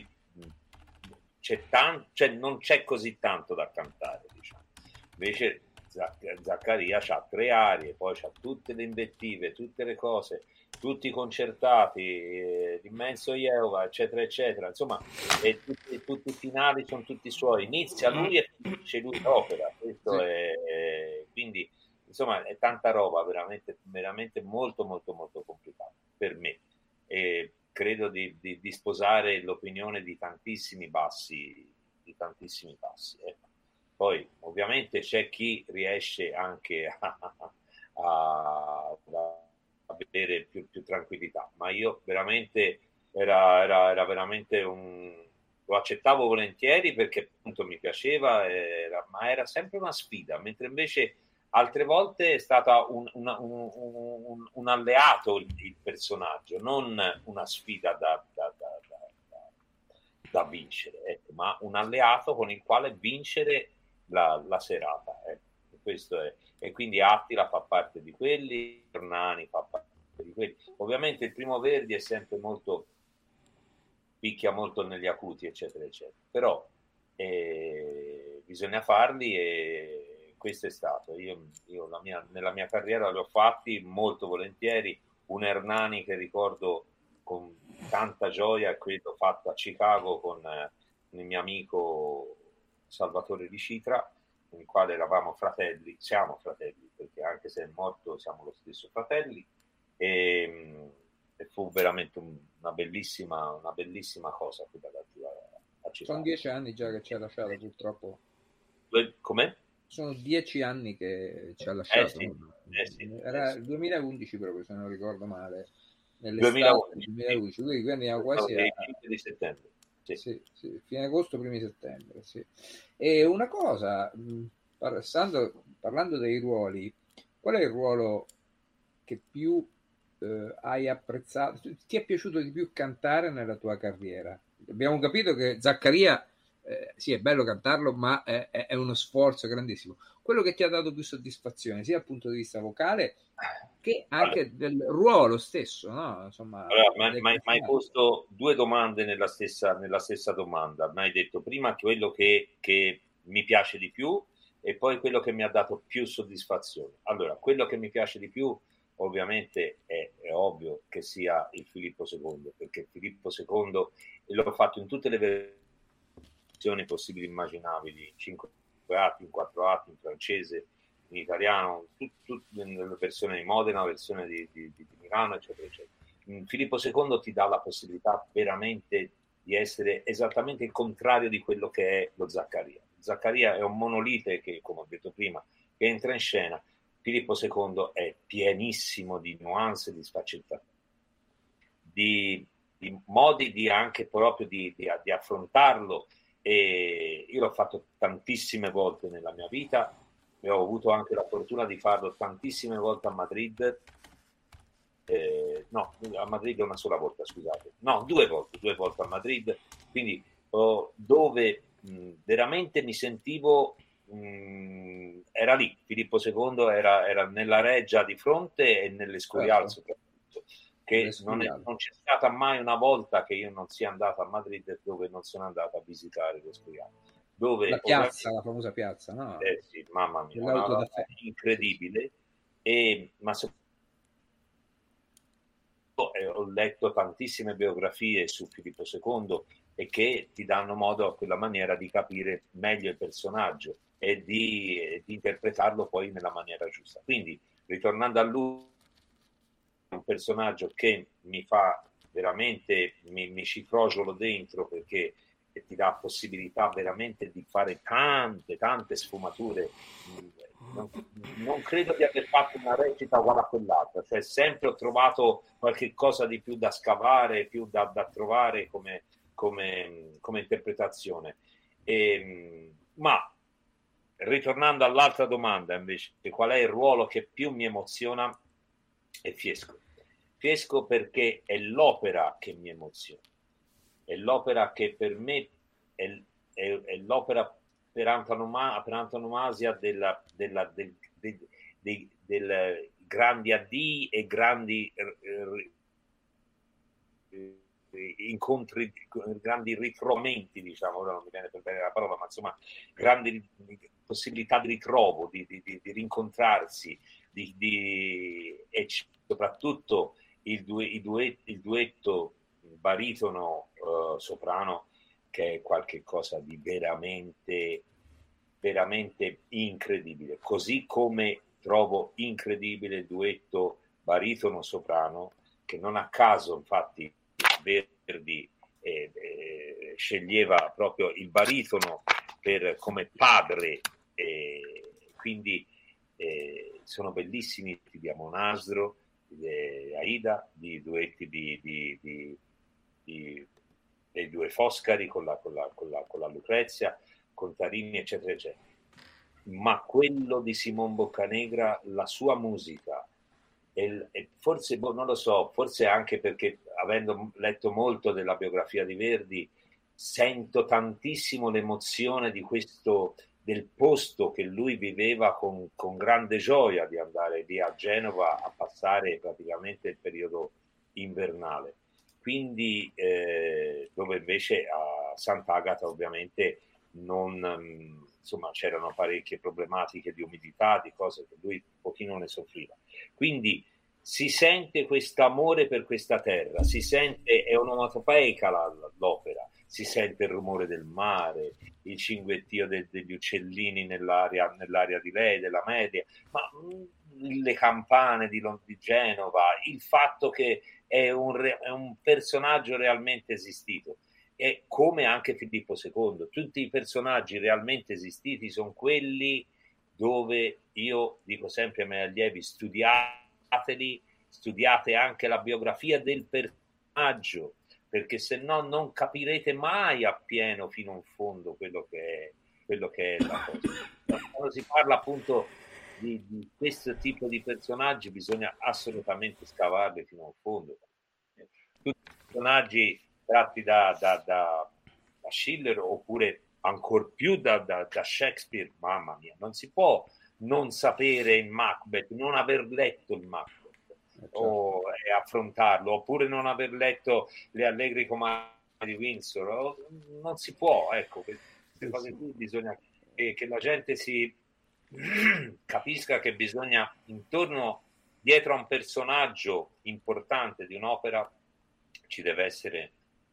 c'è tanto, cioè non c'è così tanto da cantare, diciamo. Invece Zaccaria c'ha tre arie, poi c'ha tutte le invettive, tutte le cose, tutti i concertati, eh, l'immenso Jehovah, eccetera, eccetera. Insomma, e tutti, tutti i finali sono tutti suoi. Inizia lui e finisce lui l'opera. Questo Sì. è, è, quindi, insomma, è tanta roba, veramente, veramente molto, molto, molto complicata per me. E credo di, di, di sposare l'opinione di tantissimi bassi, di tantissimi bassi. Ecco. Poi, ovviamente, c'è chi riesce anche a, a, a avere più, più tranquillità, ma io veramente era, era, era veramente un lo accettavo volentieri perché appunto mi piaceva, era, ma era sempre una sfida, mentre invece altre volte è stata un, una, un, un, un alleato il, il personaggio, non una sfida da, da, da, da, da vincere, ecco, ma un alleato con il quale vincere la, la serata, ecco. Questo è. E quindi Attila fa parte di quelli, Hernani fa parte di quelli. Ovviamente il Primo Verdi è sempre molto, picchia molto negli acuti, eccetera, eccetera. Però eh, bisogna farli e questo è stato. Io, io la mia, nella mia carriera li ho fatti molto volentieri. Un Hernani che ricordo con tanta gioia, quello fatto a Chicago con eh, il mio amico Salvatore Di Citra, con il quale eravamo fratelli, siamo fratelli, perché anche se è morto siamo lo stesso fratelli, e, e fu veramente un, una bellissima una bellissima cosa quella da a Chicago. Sono dieci anni già che ci ha lasciato, purtroppo. Com'è? Sono dieci anni che ci ha lasciato. Eh sì, eh sì, era eh sì. il duemilaundici proprio, se non ricordo male. duemilaundici, duemilaundici, quindi andiamo quasi a... cinque di settembre. Sì. Sì, sì, fine agosto, primi settembre, sì. E una cosa, passando, parlando dei ruoli, qual è il ruolo che più eh, hai apprezzato, ti è piaciuto di più cantare nella tua carriera? Abbiamo capito che Zaccaria, eh, sì, è bello cantarlo, ma è, è uno sforzo grandissimo. Quello che ti ha dato più soddisfazione, sia dal punto di vista vocale che anche allora, del ruolo stesso, no? Insomma, allora, mi hai posto due domande nella stessa, nella stessa domanda. Mi hai detto prima quello che, che mi piace di più e poi quello che mi ha dato più soddisfazione. Allora, quello che mi piace di più ovviamente è, è ovvio che sia il Filippo secondo, perché Filippo secondo l'ho fatto in tutte le versioni possibili e immaginabili, in cinque atti, in quattro atti, in francese, in italiano, tutte le versioni di Modena, la versione di, di, di Milano, eccetera, eccetera. Filippo secondo ti dà la possibilità veramente di essere esattamente il contrario di quello che è lo Zaccaria. Zaccaria è un monolite che, come ho detto prima, che entra in scena. Filippo secondo è pienissimo di nuance, di sfaccettature, di, di modi di anche proprio di, di, di affrontarlo. E io l'ho fatto tantissime volte nella mia vita e ho avuto anche la fortuna di farlo tantissime volte a Madrid, eh, no, a Madrid una sola volta, scusate, no, due volte, due volte a Madrid, quindi oh, dove mh, veramente mi sentivo, mh, era lì, Filippo secondo era, era nella Reggia di fronte e nell'Escorial soprattutto, che non, è, non c'è stata mai una volta che io non sia andato a Madrid dove non sono andato a visitare l'Escorial. Dove la piazza, la famosa piazza, no? Eh sì, mamma mia, una roba incredibile. E, ma se... ho letto tantissime biografie su Filippo secondo e che ti danno modo a quella maniera di capire meglio il personaggio e di, di interpretarlo poi nella maniera giusta. Quindi, ritornando a lui, un personaggio che mi fa veramente, mi, mi ci crogiolo dentro, perché ti dà possibilità veramente di fare tante, tante sfumature. Non, non credo di aver fatto una recita uguale a quell'altra, cioè sempre ho trovato qualche cosa di più da scavare, più da, da trovare come, come, come interpretazione. E, ma ritornando all'altra domanda invece, qual è il ruolo che più mi emoziona, è Fiesco. Fiesco perché è l'opera che mi emoziona, è l'opera che per me è, è, è l'opera per, antonoma, per antonomasia della, della, del, del, del, del grandi addii e grandi eh, eh, incontri, grandi ritrovamenti, diciamo, ora non mi viene per bene la parola, ma insomma grandi possibilità di ritrovo, di, di, di, di rincontrarsi, di, di, e soprattutto il, due, il, duet, il duetto baritono uh, soprano, che è qualche cosa di veramente veramente incredibile, così come trovo incredibile il duetto baritono soprano, che non a caso infatti Verdi eh, eh, sceglieva proprio il baritono per, come padre, eh, quindi eh, sono bellissimi di Amonasdro, di Aida, di duetti di, di, di, di, dei due Foscari con la, con, la, con, la, con la Lucrezia, con Tarini, eccetera, eccetera. Ma quello di Simon Boccanegra, la sua musica, e, e forse, boh, non lo so, forse anche perché avendo letto molto della biografia di Verdi, sento tantissimo l'emozione di questo, del posto che lui viveva con, con grande gioia di andare lì a Genova a passare praticamente il periodo invernale. Quindi eh, dove invece a Sant'Agata ovviamente non, insomma, c'erano parecchie problematiche di umidità, di cose che lui un pochino ne soffriva. Quindi si sente questo amore per questa terra, si sente, è onomatopeica l'opera, si sente il rumore del mare, il cinguettio de, degli uccellini nell'aria, nell'aria di lei, della media, ma mh, le campane di, di Genova, il fatto che è un, è un personaggio realmente esistito. E come anche Filippo secondo, tutti i personaggi realmente esistiti sono quelli dove io dico sempre ai miei allievi: studiateli, studiate anche la biografia del personaggio, perché se no non capirete mai appieno fino in fondo quello che è, quello che è la cosa. Quando si parla appunto di, di questo tipo di personaggi bisogna assolutamente scavarli fino in fondo. Tutti i personaggi tratti da, da, da, da Schiller oppure ancor più da, da, da Shakespeare, mamma mia, non si può non sapere il Macbeth, non aver letto il Macbeth, certo, o e affrontarlo, oppure non aver letto le Allegri comari di Windsor, o, non si può, ecco, queste cose qui bisogna che, che la gente si capisca che bisogna intorno, dietro a un personaggio importante di un'opera ci deve essere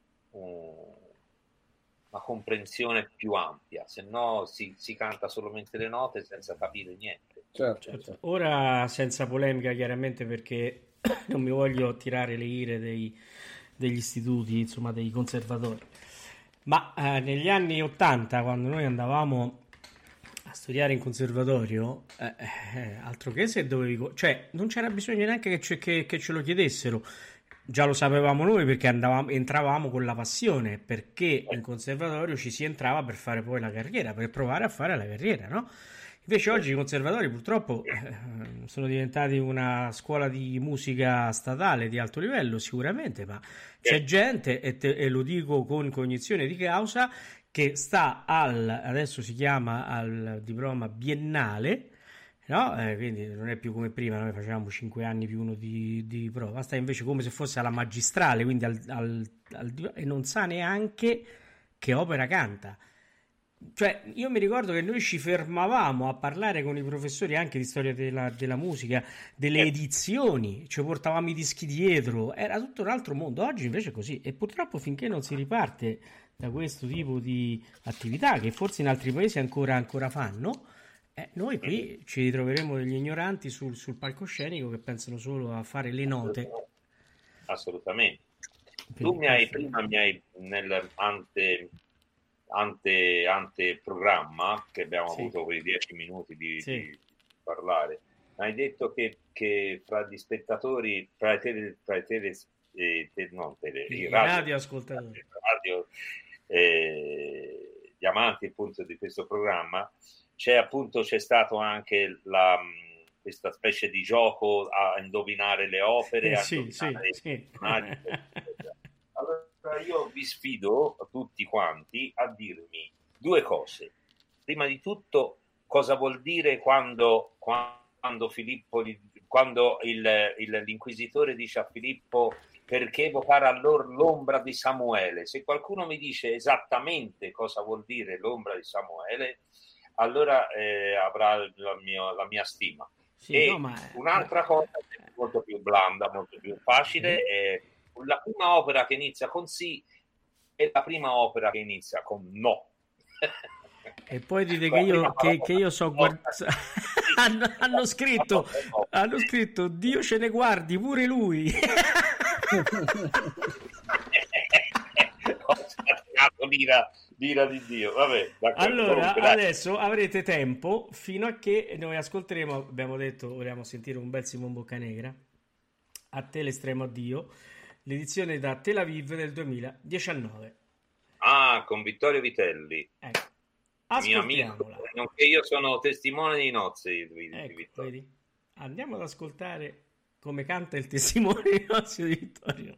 una comprensione più ampia, se no si, si canta solamente le note senza capire niente. Certo, certo. Ora senza polemica chiaramente, perché non mi voglio tirare le ire dei, degli istituti, insomma dei conservatori, ma eh, negli anni ottanta, quando noi andavamo a studiare in conservatorio, eh, eh, altro che se dovevi, cioè non c'era bisogno neanche che, ce, che, che ce lo chiedessero. Già lo sapevamo noi, perché andavamo, entravamo con la passione, perché in conservatorio ci si entrava per fare poi la carriera, per provare a fare la carriera, no? Invece oggi i conservatori purtroppo eh, sono diventati una scuola di musica statale di alto livello, sicuramente, ma c'è gente, e, te, e lo dico con cognizione di causa, che sta al, adesso si chiama al diploma biennale, no? Eh, quindi non è più come prima, noi facevamo cinque anni più uno di, di prova, sta invece come se fosse alla magistrale, quindi al, al, al, e non sa neanche che opera canta. Cioè, io mi ricordo che noi ci fermavamo a parlare con i professori anche di storia della, della musica, delle edizioni, ci portavamo i dischi dietro, era tutto un altro mondo. Oggi invece è così, e purtroppo finché non si riparte da questo tipo di attività, che forse in altri paesi ancora, ancora fanno, Eh, noi qui ci ritroveremo degli ignoranti sul, sul palcoscenico che pensano solo a fare le note. Assolutamente. Tu Quindi mi hai questo- prima mi hai nel ante, ante, ante programma che abbiamo Sì. avuto quei dieci minuti di, Sì. di parlare, mi hai detto che, che fra gli spettatori, fra i tele, fra i tele, eh, te- non tele, I i radio, radioascoltatori. radio, eh, gli amanti appunto di questo programma, c'è appunto c'è stato anche la, mh, questa specie di gioco a indovinare le opere, Eh, a sì, sì, indovinare i sì. personaggi, eccetera. Allora io vi sfido tutti quanti a dirmi due cose. Prima di tutto, cosa vuol dire quando, quando Filippo, gli- quando il, il- l'inquisitore dice a Filippo perché evocare a loro l'ombra di Samuele? Se qualcuno mi dice esattamente cosa vuol dire l'ombra di Samuele, allora eh, avrà la mia, la mia stima. Sì, E no, ma... un'altra cosa molto più blanda, molto più facile, Sì. è la prima opera che inizia con sì e la prima opera che inizia con no. E poi dite che La io, prima che, parola che io so no, guard- sì. hanno, hanno scritto No. hanno scritto Dio ce ne guardi pure lui. Ho tirato l'ira, l'ira di Dio. Vabbè, d'accordo. Allora, Comunque, dai. adesso avrete tempo fino a che noi ascolteremo, abbiamo detto, vogliamo sentire un bel Simon Boccanegra, A te l'estremo addio, l'edizione da Tel Aviv del duemiladiciannove. Ah, con Vittorio Vitelli, Ecco, mio amico, ascoltiamola. nonché io sono testimone di nozze di, di Ecco, Vittorio. vedi? Andiamo ad ascoltare come canta il testimone di nozze di Vittorio.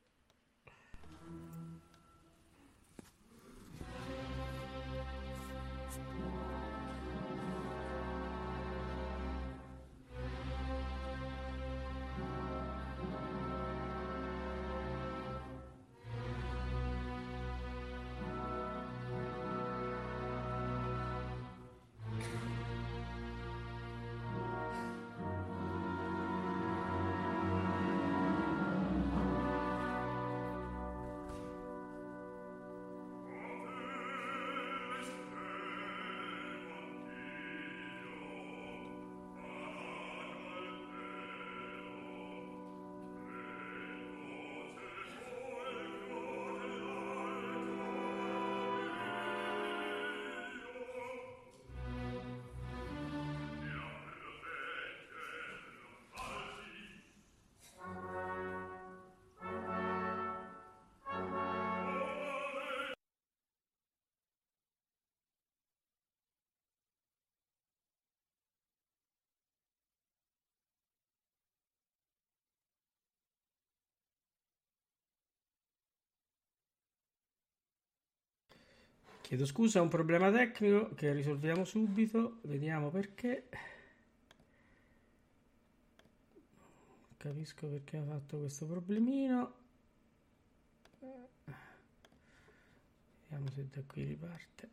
Chiedo scusa, è un problema tecnico che risolviamo subito, vediamo perché. Capisco perché ha fatto questo problemino. Vediamo se da qui riparte.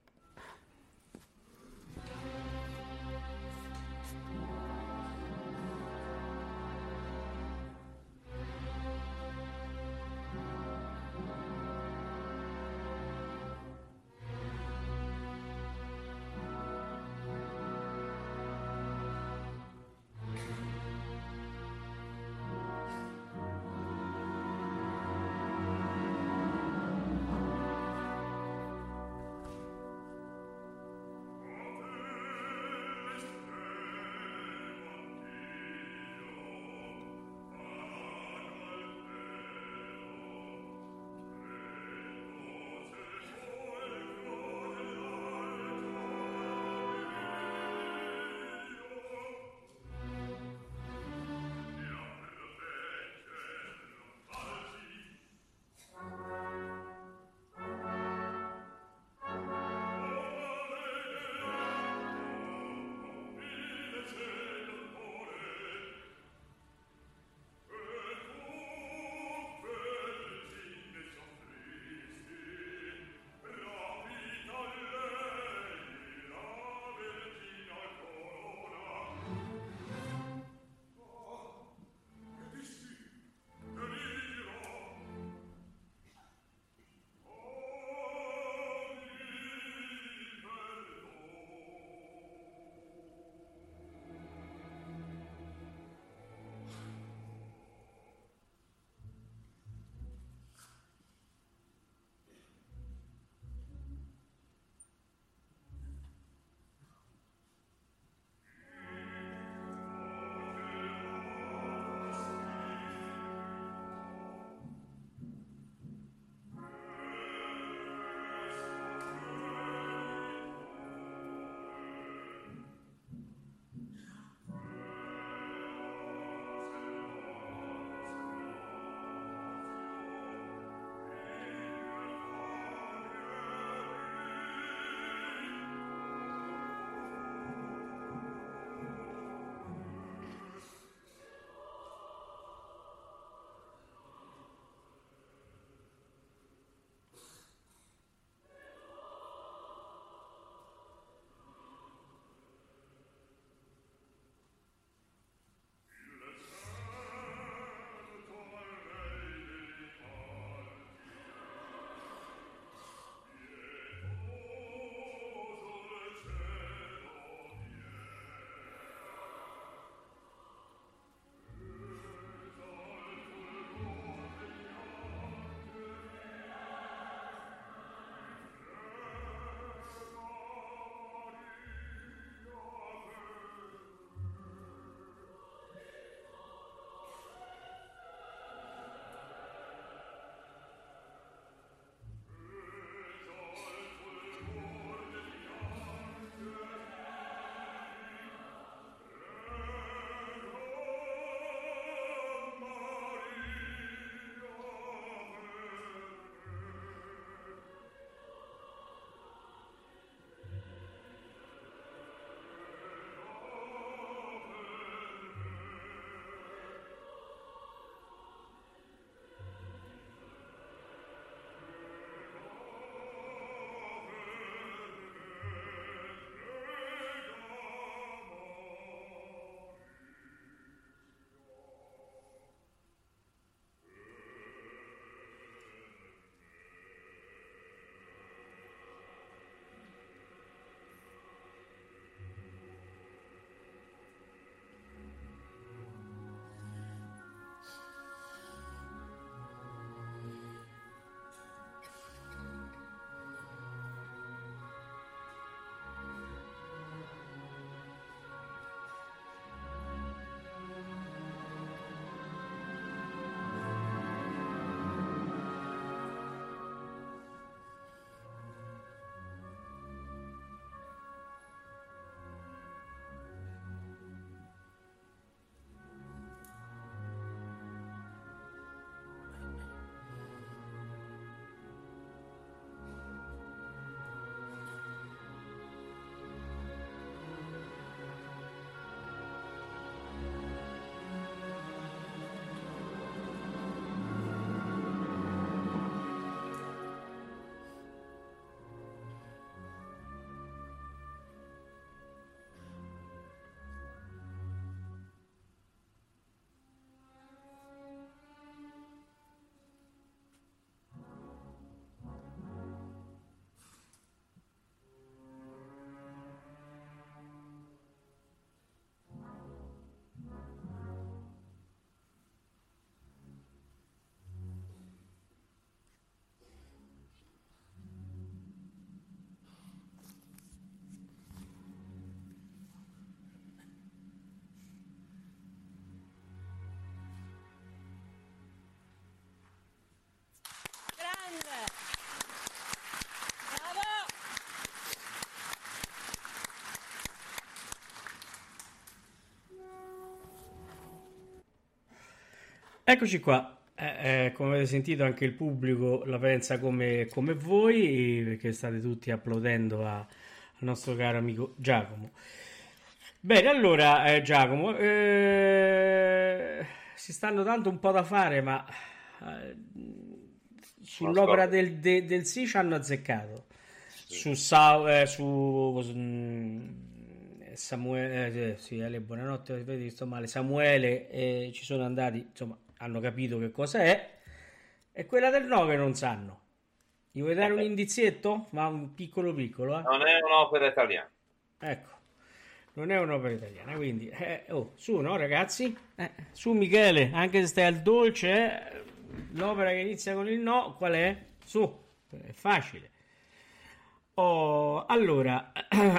Eccoci qua. Eh, eh, come avete sentito, anche il pubblico la pensa come, come voi, perché state tutti applaudendo a- al nostro caro amico Giacomo. Bene, allora, eh, Giacomo, eh, si stanno dando un po' da fare, ma eh, sull'opera del, de- del sì ci hanno azzeccato. Su, Sa- eh, su mm, Samuele, eh, sì, Ale, buonanotte, vedi, sto male. Samuele, eh, ci sono andati, insomma, hanno capito che cosa è, e quella del nove non sanno. Gli vuoi dare un indizietto? Ma un piccolo piccolo, eh? Non è un'opera italiana. Ecco, non è un'opera italiana, quindi, eh, oh, su, no, ragazzi? Eh, su, Michele, anche se stai al dolce, eh, l'opera che inizia con il no, qual è? Su, è facile. Oh, allora,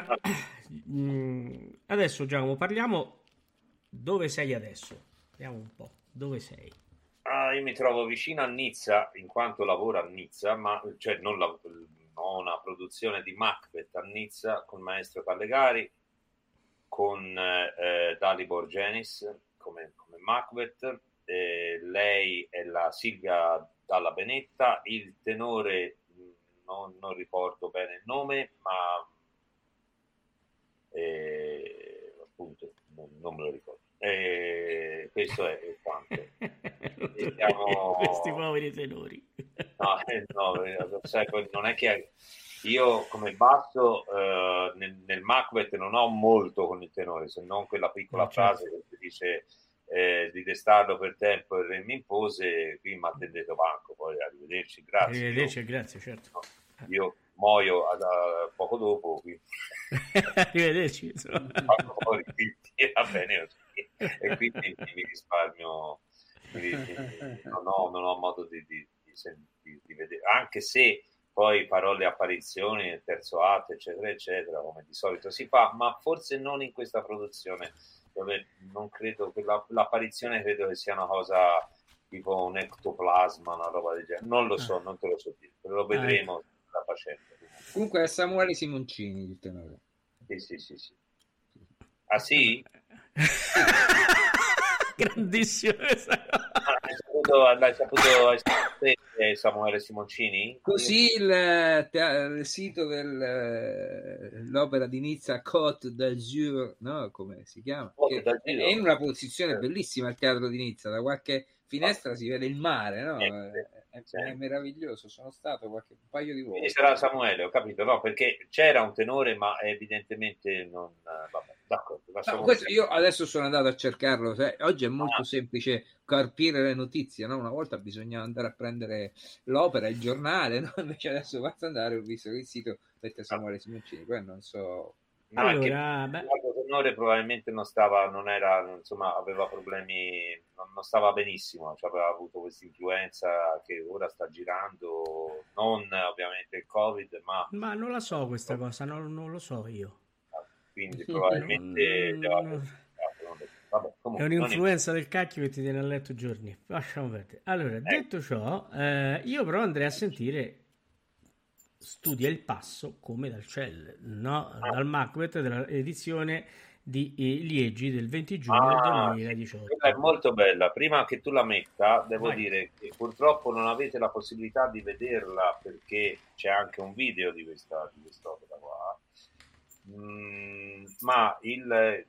mm, adesso Giacomo, parliamo dove sei adesso. Vediamo un po', dove sei? Ah, io mi trovo vicino a Nizza, in quanto lavoro a Nizza, ma cioè non la- ho una produzione di Macbeth a Nizza con il maestro Callegari, con eh, eh, Dalibor Genis come, come Macbeth, eh, lei è la Silvia Dalla Benetta, il tenore mh, non, non ricordo bene il nome, ma eh, appunto non, non me lo ricordo. Eh, questo è, è quanto. E siamo... Questi poveri tenori. No, eh, no, eh, sai, poi non è che io come basso eh, nel, nel Macbeth non ho molto con il tenore, se non quella piccola No, certo. frase che dice eh, di destarlo per tempo il re mi impose, qui mi ha tenduto banco, poi arrivederci, grazie. Arrivederci, Io, grazie, certo. io muoio ad, a, poco dopo, quindi Arrivederci. insomma. vado fuori, quindi va bene così. E quindi mi risparmio, mi- mi- non, ho, non ho modo di, di, di, sen- di- di vedere, anche se poi farò le apparizioni nel terzo atto, eccetera, eccetera, come di solito si fa, ma forse non in questa produzione, dove non credo che la- l'apparizione credo che sia una cosa tipo un ectoplasma, una roba del genere. Non lo so, non te lo so dire, lo vedremo la facendo. Comunque è Samuele Simoncini il tenore. Sì, sì, sì, sì. Ah sì? Grandissimo. Ah, Hai saputo, l'hai saputo, hai saputo te, eh, Samuele Simoncini? Così il, te- il sito dell'opera di Nizza, Côte d'Azur, no? Come si chiama? Côte Che d'Azur. è in una posizione bellissima il teatro di Nizza, da qualche finestra si vede il mare, no? Niente, È, sì. è meraviglioso, sono stato qualche un paio di Quindi volte. sarà Samuele, ho capito, no? Perché c'era un tenore, ma evidentemente non... Vabbè, d'accordo, No, lasciamo questo così. io adesso sono andato a cercarlo, sai, oggi è molto Ah. semplice carpire le notizie, no? Una volta bisognava andare a prendere l'opera, il giornale, no? Invece adesso basta andare, ho visto che il sito mette Samuele Simoncini, poi non so... No, Allora, anche beh. l'altro tenore probabilmente non stava, non era, insomma, aveva problemi, non, non stava benissimo, cioè aveva avuto questa influenza che ora sta girando, non ovviamente il Covid, ma Ma non la so questa cosa, non, non lo so io. quindi probabilmente Non- deve non- aver- vabbè, È comunque, non un'influenza del cacchio che ti tiene a letto giorni. Lasciamo perdere. Allora, detto ciò, eh, io però andrei a sentire Studia il passo come dal cielo, no? Dal Macbeth della edizione di eh, Liegi del venti giugno del Ah, sì, duemiladiciotto. quella è molto bella. Prima che tu la metta, devo Vai. dire che purtroppo non avete la possibilità di vederla perché c'è anche un video di questa di quest'opera qua. Mm, ma il,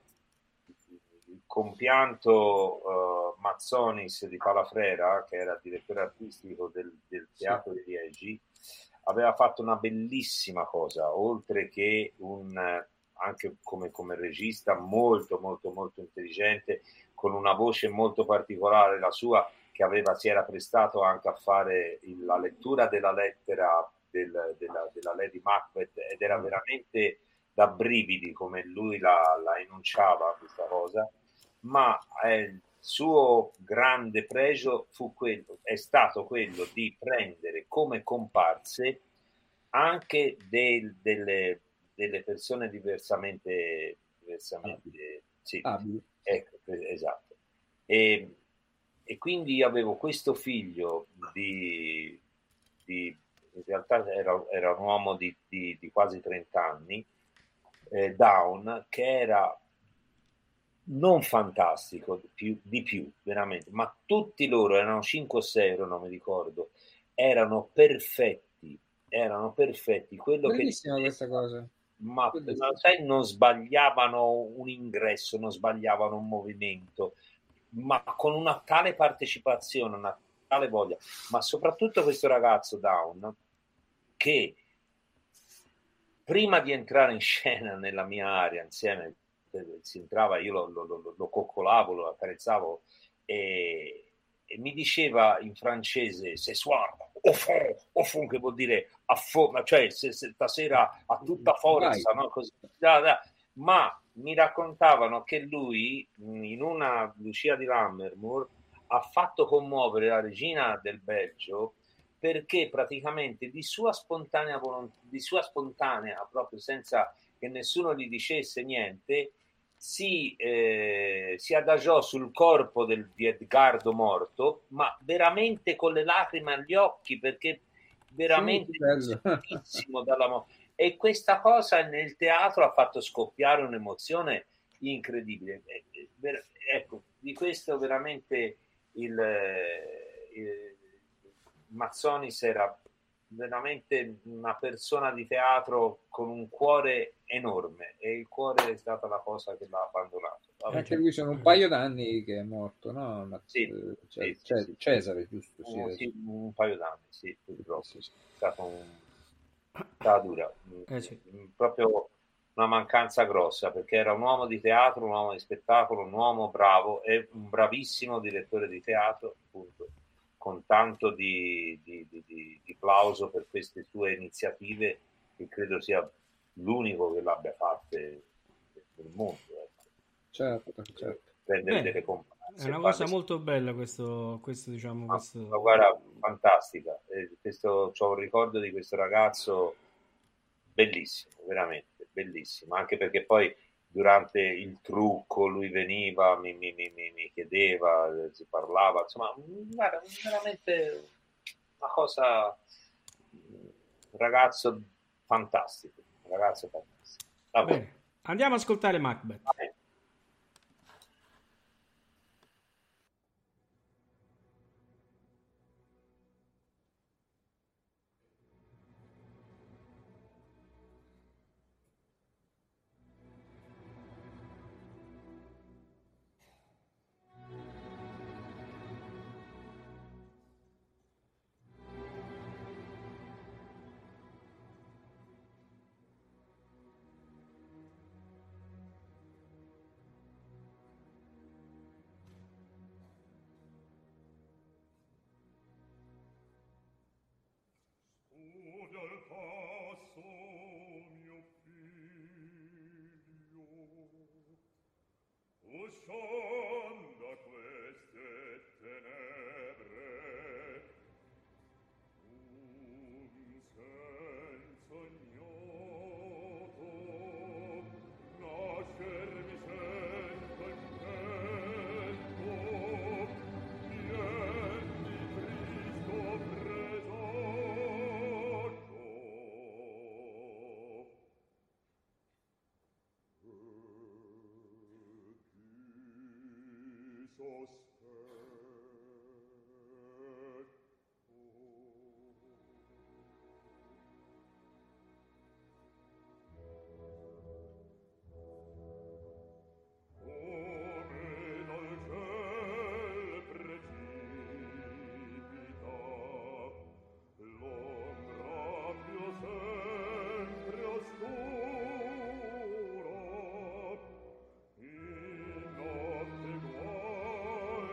il compianto uh, Mazzonis di Palafrera, che era il direttore artistico del, del Teatro di Liegi, aveva fatto una bellissima cosa, oltre che un anche come, come regista molto molto molto intelligente, con una voce molto particolare la sua, che aveva, si era prestato anche a fare il, la lettura della lettera del, della, della Lady Macbeth, ed era veramente da brividi come lui la, la enunciava questa cosa, ma eh, il suo grande pregio fu quello, è stato quello di prendere come comparse anche del, delle delle persone diversamente, diversamente sì, Ah, ecco, esatto. E, e quindi io avevo questo figlio di, di in realtà era, era un uomo di, di, di quasi trenta anni, eh, Down, che era non fantastico, più, di più, veramente, ma tutti loro, erano cinque o sei, non mi ricordo, erano perfetti, erano perfetti, quello che Bellissima questa cosa. ma, Bellissima. ma sai, non sbagliavano un ingresso, non sbagliavano un movimento, ma con una tale partecipazione, una tale voglia, ma soprattutto questo ragazzo Down che prima di entrare in scena nella mia area insieme, si entrava, io lo, lo, lo, lo coccolavo, lo accarezzavo e, e mi diceva in francese ce soir au fond, au fond, che vuol dire a fondo, cioè se, se, stasera a tutta forza, no? Così, da, da. Ma mi raccontavano che lui in una Lucia di Lammermoor ha fatto commuovere la regina del Belgio perché praticamente di sua spontanea volontà, di sua spontanea, proprio senza che nessuno gli dicesse niente, si, eh, si adagiò sul corpo del, di Edgardo morto, ma veramente con le lacrime agli occhi, perché veramente sì, dalla morte. E questa cosa nel teatro ha fatto scoppiare un'emozione incredibile. Ecco, di questo veramente il, il Mazzonis era veramente una persona di teatro con un cuore enorme e il cuore è stata la cosa che l'ha abbandonato. Vabbè, anche lui sono un paio d'anni che è morto, no? Ma, sì, eh, sì, cioè, sì, Cesare, giusto? Sì, un, sì, un paio d'anni, sì, purtroppo. Sì, sì. È stato un... stata dura, eh, sì. proprio una mancanza grossa, perché era un uomo di teatro, un uomo di spettacolo, un uomo bravo e un bravissimo direttore di teatro, appunto, con tanto di, di, di, di, di plauso per queste sue iniziative, che credo sia l'unico che l'abbia fatte nel mondo. Ecco. Certo, certo. Prendere delle comparse. È una cosa molto bella questo, questo diciamo, Ma, questo... ma guarda, fantastica. Eh, questo, c'ho un ricordo di questo ragazzo bellissimo, veramente bellissimo, anche perché poi durante il trucco lui veniva, mi, mi, mi, mi chiedeva, si parlava, insomma, guarda, veramente una cosa, un ragazzo fantastico, un ragazzo fantastico. Vabbè. Bene, andiamo ad ascoltare Macbeth. Vabbè. In notte guai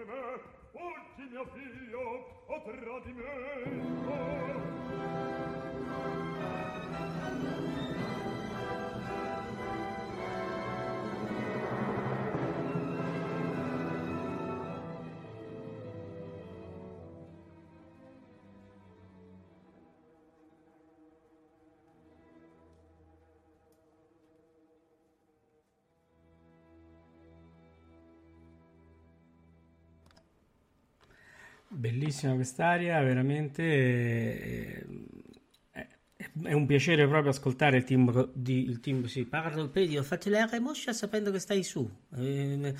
come me, fuggi mio figlio, o tradimento. Bellissima quest'aria, veramente eh, è, è un piacere proprio ascoltare il timbro di il timbro, sì, parlo il pedio, fatti la remoscia sapendo che stai su. Eh,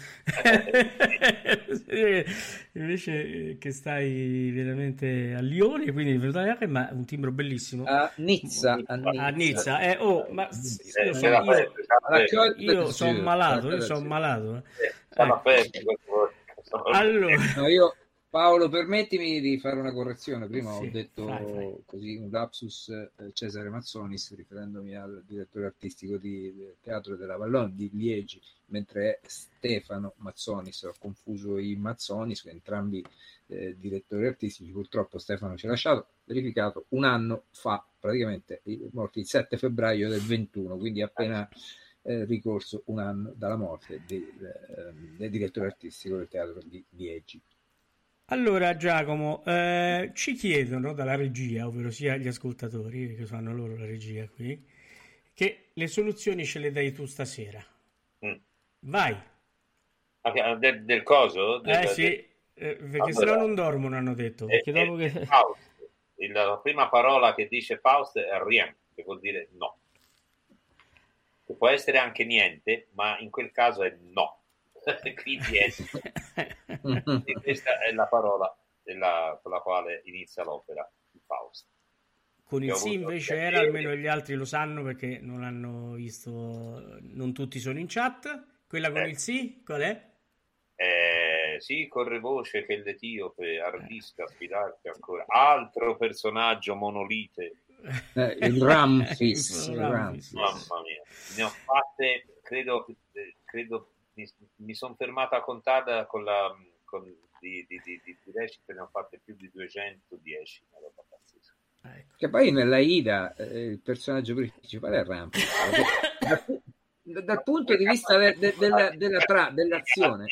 invece che stai veramente a Lione, quindi è ma un timbro bellissimo. A Nizza, a A Nizza. Nizza, eh, oh, ma Eh, io c'è sono la io, festa, c'è Alla io sono Chioggia- malato, io alla sono Chioggia- malato. eh. Eh, c'è la Ecco. festa, questo- Allora, No, io, Paolo, permettimi di fare una correzione. Prima Sì, ho detto fai, fai. così un lapsus eh, Cesare Mazzonis, riferendomi al direttore artistico di, del Teatro della Vallone di Liegi, mentre è Stefano Mazzonis. Ho confuso i Mazzonis, entrambi eh, direttori artistici. Purtroppo Stefano ci ha lasciato, verificato un anno fa, praticamente è morto il sette febbraio del ventuno, quindi appena eh, ricorso un anno dalla morte del, eh, del direttore artistico del Teatro di Liegi. Allora, Giacomo, eh, ci chiedono dalla regia, ovvero sia gli ascoltatori che fanno loro la regia qui, che le soluzioni ce le dai tu stasera. Mm. Vai. Ah, del, del coso? Del, Eh sì, del- eh, perché Allora, sennò non dormono, hanno detto. eh, Perché dopo eh, che... Faust. Il- la prima parola che dice Faust è rien, che vuol dire no. Che può essere anche niente, ma in quel caso è no. Quindi è e questa è la parola della, con la quale inizia l'opera di Faust. Con il Che ho sì avuto invece il era, piacere- almeno gli altri lo sanno perché non hanno visto, non tutti sono in chat. Quella con Eh. il sì, qual è? Eh, sì, corre voce che l'Etiope ardisca a sfidarti ancora. Altro personaggio monolite. Eh, il Ramfis, Il il Ramfis. Ramfis. Mamma mia, ne ho fatte, credo, eh, credo mi, mi sono fermato a contarla con la con, di, di, di, di, di recite, ne ho fatte più di duecentodieci, una roba pazzesca. Ecco. Che poi nella Ida eh, il personaggio principale è Ramfis. Dal, dal punto di vista de, de, della, della tra, dell'azione,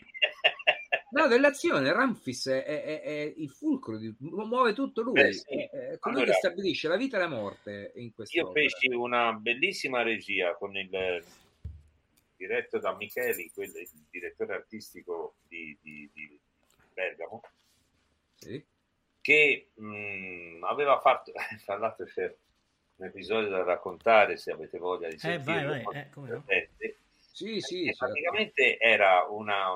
no, dell'azione, Ramfis è, è, è, è il fulcro, di, muove tutto lui, Beh, sì. è, è colui Allora, che stabilisce la vita e la morte in questa io feci una bellissima regia con il diretto da Micheli, quello, il direttore artistico di, di, di Bergamo, sì. che mh, aveva fatto, tra l'altro c'è un episodio da raccontare se avete voglia di sentirlo. vai, vai, eh, come no? Sì, sì, E certo. praticamente era una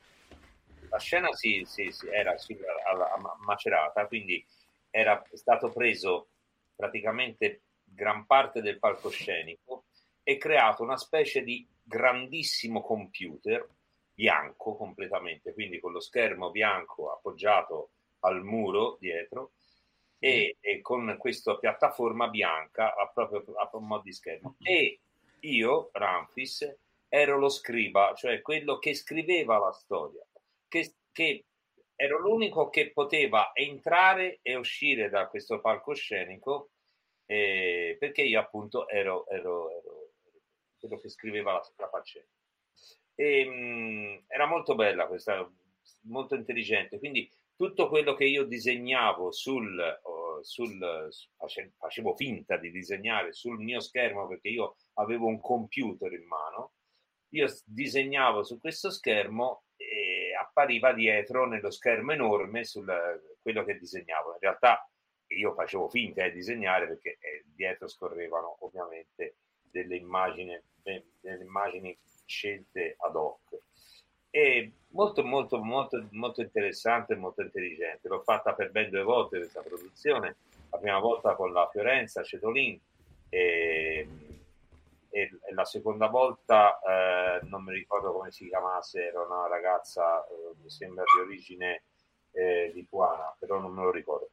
la scena si, si, si era si, alla, a Macerata, quindi era stato preso praticamente gran parte del palcoscenico e creato una specie di grandissimo computer bianco completamente, quindi con lo schermo bianco appoggiato al muro dietro e, e con questa piattaforma bianca a proprio a mo' di schermo. E io, Ramfis, ero lo scriba, cioè quello che scriveva la storia, che, che ero l'unico che poteva entrare e uscire da questo palcoscenico, eh, perché io appunto ero, ero, ero quello che scriveva la, la faccenda. E, mh, era molto bella questa, molto intelligente, quindi tutto quello che io disegnavo sul, uh, sul facevo finta di disegnare sul mio schermo, perché io avevo un computer in mano, io disegnavo su questo schermo e appariva dietro nello schermo enorme sul quello che disegnavo. In realtà io facevo finta di disegnare perché eh, dietro scorrevano ovviamente delle immagini, delle immagini scelte ad hoc. E molto molto molto molto interessante e molto intelligente. L'ho fatta per ben due volte questa produzione, la prima volta con la Fiorenza Cetolin e, e la seconda volta eh, non mi ricordo come si chiamasse, era una ragazza eh, mi sembra di origine eh, lituana, però non me lo ricordo.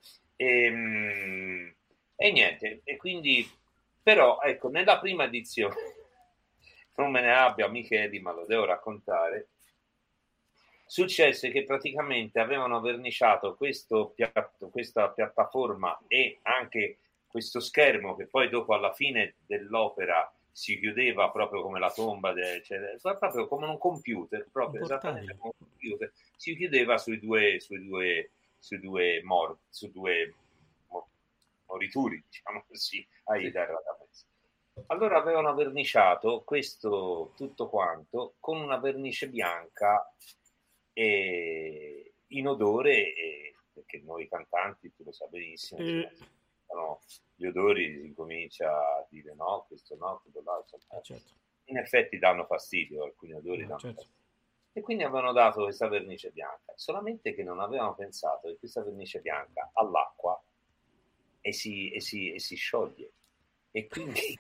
E, e niente, e quindi però ecco, nella prima edizione non me ne abbia Micheli, ma lo devo raccontare. successe che praticamente avevano verniciato questo piatto, questa piattaforma e anche questo schermo che poi dopo alla fine dell'opera si chiudeva proprio come la tomba, de, cioè, proprio come un computer, proprio esattamente come un computer, si chiudeva sui due, sui due, sui due, mor, su due morituri, diciamo così, Aida e Radamés. Allora avevano verniciato questo tutto quanto con una vernice bianca e in odore, e, perché noi cantanti, tu lo sai benissimo, Eh. sono gli odori, si incomincia a dire no, questo no, quello là, insomma. Eh, certo. In effetti danno fastidio, alcuni odori Eh, danno certo. fastidio. E quindi avevano dato questa vernice bianca, solamente che non avevano pensato che questa vernice bianca all'acqua e si, e si, e si scioglie. E quindi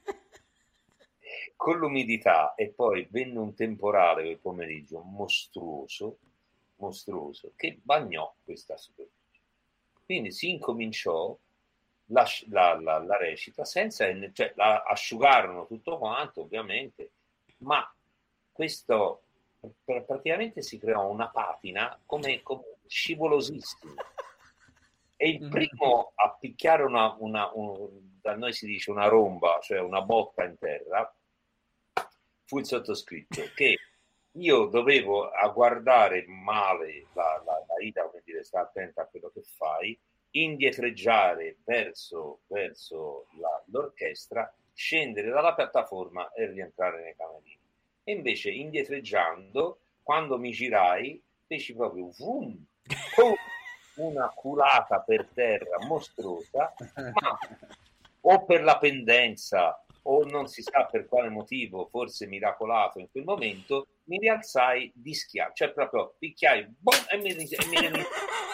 con l'umidità, e poi venne un temporale quel pomeriggio mostruoso, mostruoso, che bagnò questa superficie. Quindi si incominciò la, la, la, la recita senza, cioè la asciugarono tutto quanto ovviamente, ma questo praticamente si creò una patina come, come scivolosissima. E il primo a picchiare una, una un, da noi si dice una romba, cioè una botta in terra, fu il sottoscritto, che io dovevo a guardare male la, la, la Ida, come dire, sta attenta a quello che fai, indietreggiare verso, verso la, l'orchestra, scendere dalla piattaforma e rientrare nei camerini. E invece indietreggiando, quando mi girai, feci proprio vum, pum, una culata per terra mostruosa, ma o per la pendenza o non si sa per quale motivo, forse miracolato in quel momento, mi rialzai di schiaffo, cioè proprio picchiai boom, e mi, e mi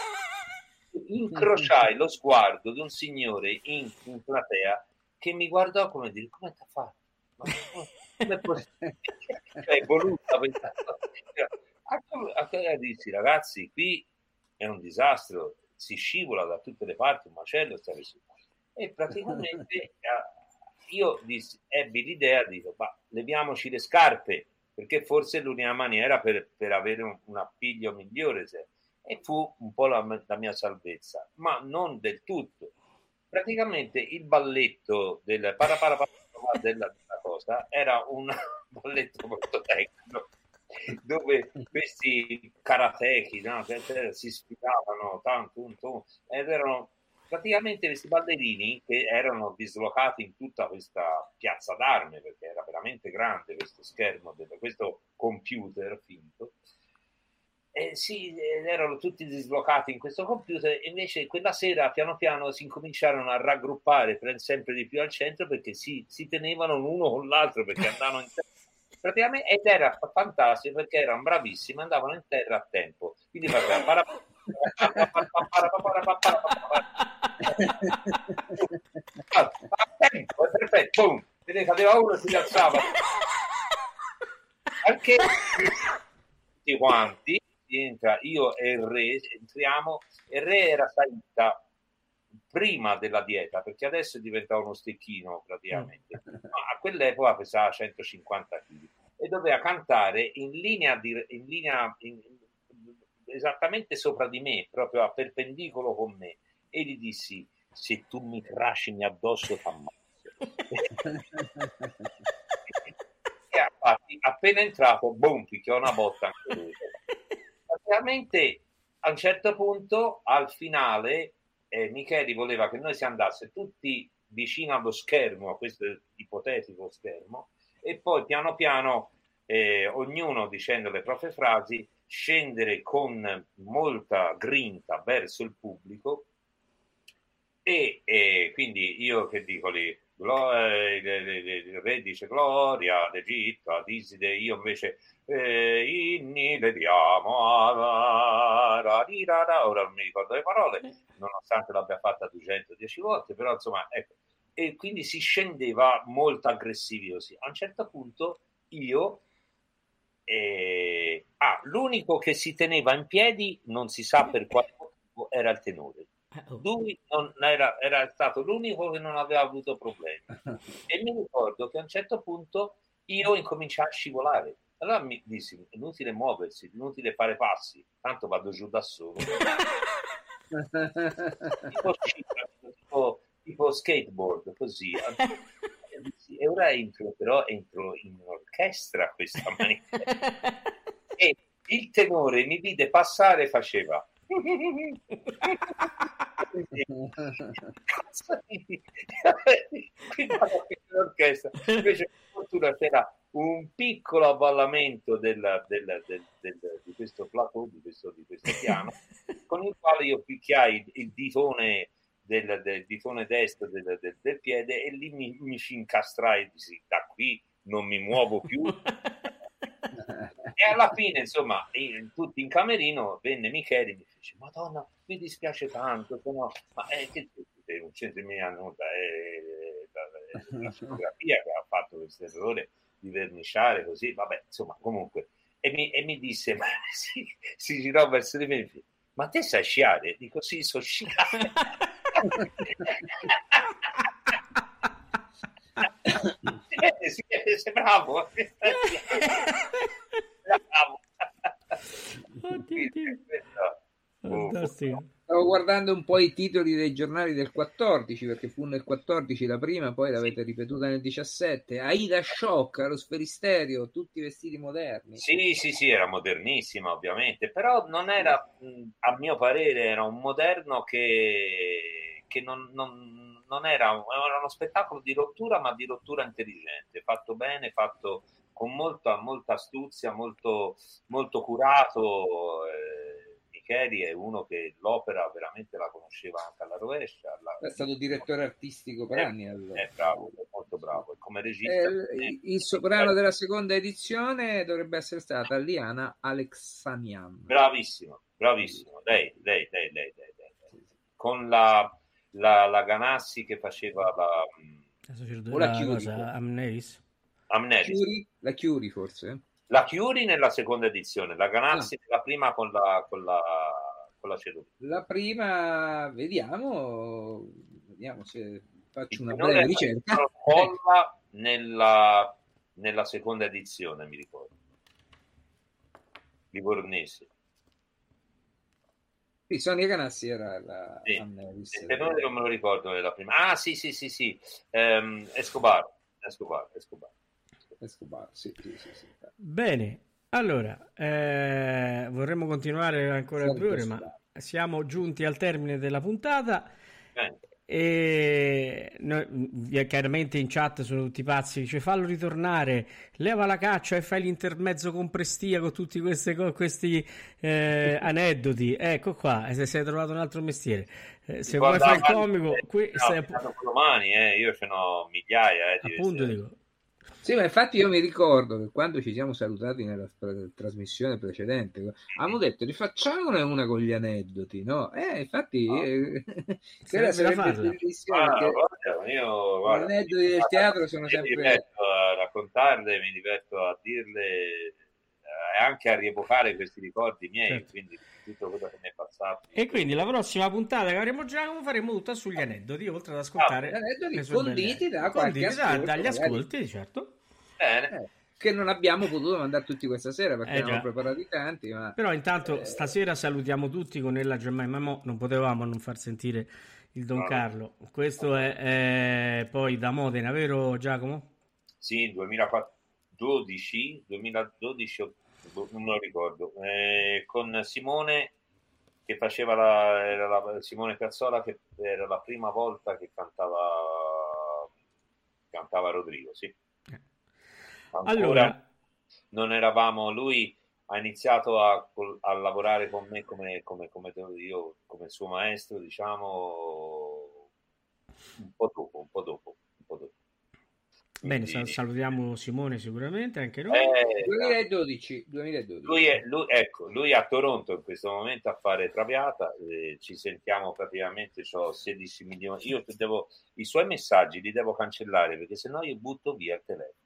incrociai lo sguardo di un signore in, in platea che mi guardò come dire: come ti ha fatto? Ma come è possibile? Cioè, voluta questa cosa. A che dissi: ragazzi, qui è un disastro, si scivola da tutte le parti, un macello stare su. E praticamente io dissi, ebbi l'idea, dico, ma leviamoci le scarpe, perché forse è l'unica maniera per, per avere un, un appiglio migliore. Se. E fu un po' la, la mia salvezza, ma non del tutto. Praticamente il balletto del parapara della, della cosa era un balletto molto tecnico, dove questi karateki, no, si sfidavano tanto, tanto, ed erano praticamente questi ballerini che erano dislocati in tutta questa piazza d'arme, perché era veramente grande questo schermo, questo computer finto, e sì, erano tutti dislocati in questo computer. E invece quella sera piano piano si incominciarono a raggruppare sempre di più al centro, perché si, si tenevano l'uno con l'altro, perché andavano in terra praticamente, ed era fantastico perché erano bravissimi, andavano in terra a tempo, quindi faceva para a tempo, perfetto, boom, e cadeva uno e si rialzava, anche tutti quanti. Entra io e il re, entriamo, e il re era salita prima della dieta, perché adesso è diventato uno stecchino praticamente, ma a quell'epoca pesava centocinquanta chili e doveva cantare in linea, di, in linea in, esattamente sopra di me, proprio a perpendicolo con me, e gli dissi: se tu mi trascini addosso t'ammazzo. E infatti, appena entrato, boom, picchiò una botta anche lui. Praticamente a un certo punto, al finale, eh, Micheli voleva che noi si andasse tutti vicino allo schermo, a questo ipotetico schermo, e poi piano piano, eh, ognuno dicendo le proprie frasi, scendere con molta grinta verso il pubblico. E, e quindi io che dico lì, il re dice gloria ad Egitto, ad Iside, io invece eh, inni le diamo, ora non mi ricordo le parole, nonostante l'abbia fatta duecentodieci volte, però insomma, ecco. E quindi si scendeva molto aggressivi così. A un certo punto io eh, ah, l'unico che si teneva in piedi, non si sa per quale motivo, era il tenore. Lui non era, era stato l'unico che non aveva avuto problemi. E mi ricordo che a un certo punto io incominciai a scivolare, Allora mi dissi, inutile muoversi, inutile fare passi, tanto vado giù da solo. tipo, tipo, tipo skateboard, così. E ora entro, però entro in orchestra questa maniera. E il tenore mi vide passare e faceva l'orchestra. Invece per fortuna c'era un piccolo avvallamento del, del, del, del, di questo plateau, di questo, di questo piano, con il quale io picchiai il, il ditone del, del ditone destro del, del, del piede e lì mi, mi ci incastrai e dissi, da qui non mi muovo più. E alla fine, insomma, in, tutti in camerino, venne Michele e mi dice, Madonna, mi dispiace tanto, sono... ma è che sei un centomila è la fotografia che ha fatto questo errore di verniciare così, vabbè, insomma, comunque. E mi, e mi disse, ma si, si girò verso di me e mi dice, ma te sai sciare? Dico, sì, so sciare. si vede, sei bravo. Bravo. Oddio, Dio. Fantastico. Stavo guardando un po' i titoli dei giornali del quattordici, perché fu nel quattordici la prima, poi l'avete ripetuta nel diciassette. Aida Shock allo Sferisterio, tutti vestiti moderni. Sì, sì, sì, era modernissima ovviamente, però non era, a mio parere, era un moderno che, che non, non, non era, era uno spettacolo di rottura, ma di rottura intelligente, fatto bene, fatto con molta, molta astuzia, molto, molto curato. Eh, Micheli è uno che l'opera veramente la conosceva anche alla rovescia. La... È stato direttore artistico per è, anni. Allora. È bravo, è molto bravo. E come regista... Eh, il soprano della seconda edizione dovrebbe essere stata Liana Alexanian. Bravissimo, bravissimo. Lei, lei, lei, lei, lei, lei. lei. Con la, la, la Ganassi che faceva la... La, la cosa, Amneris. Amneris. Curie? La Curie forse? La Curie nella seconda edizione, la Ganassi ah. nella prima con la con la con la Cedolini. La prima, vediamo, vediamo se faccio una breve ricerca. Colla nella nella seconda edizione, mi ricordo. Livornese. Sì, Sonia Ganassi era la sì. Amneris. Il tenore non me lo ricordo nella prima. Ah, sì, sì, sì, sì. Um, Escobar, Escobar, Escobar. Escobar, sì, sì, sì, sì. Bene, allora eh, vorremmo continuare ancora due ore, ma siamo giunti al termine della puntata. Bene. E noi, chiaramente in chat sono tutti pazzi, dice fallo ritornare, leva la caccia e fai l'intermezzo con Prestia con tutti queste, con questi eh, aneddoti. Ecco qua, se sei trovato un altro mestiere, eh, se vuoi fare il comico eh, qui no, stai... domani, eh, io ce n'ho migliaia eh, di appunto vestiti. dico. Sì, ma infatti io mi ricordo che quando ci siamo salutati nella pre- trasmissione precedente avevamo detto rifacciamone una con gli aneddoti, no? Eh, infatti no. eh, quella sarebbe bellissima. Ah, guarda, io, guarda, gli aneddoti del teatro sono mi sempre... Mi diverto a raccontarle, mi diverto a dirle e anche a rievocare questi ricordi miei, certo. Quindi tutto quello che mi è passato. E quindi la prossima puntata che avremo Giacomo faremo tutta sugli aneddoti, oltre ad ascoltare ah, aneddoti conditi da conditi ascolto, dagli magari. ascolti, certo. Bene. Eh, che non abbiamo potuto mandare tutti questa sera perché eh, abbiamo preparati tanti, ma... però intanto eh... stasera salutiamo tutti con Ella Germania, ma mo non potevamo non far sentire il Don no. Carlo. Questo è, è poi da Modena, vero Giacomo? Sì, duemiladodici duemiladodici non me lo ricordo, eh, con Simone che faceva la, era la Simone Piazzola, che era la prima volta che cantava cantava Rodrigo, sì. Ancora allora, non eravamo, lui ha iniziato a, a lavorare con me come, come, come io, come suo maestro, diciamo, un po' dopo, un po' dopo, un po' dopo. Bene, quindi, salutiamo Simone sicuramente, anche noi. Eh, duemiladodici, duemiladodici. Lui è, lui, ecco, lui è a Toronto in questo momento a fare Traviata, eh, ci sentiamo praticamente, ho sedici milioni, io devo, i suoi messaggi li devo cancellare perché sennò io butto via il telefono.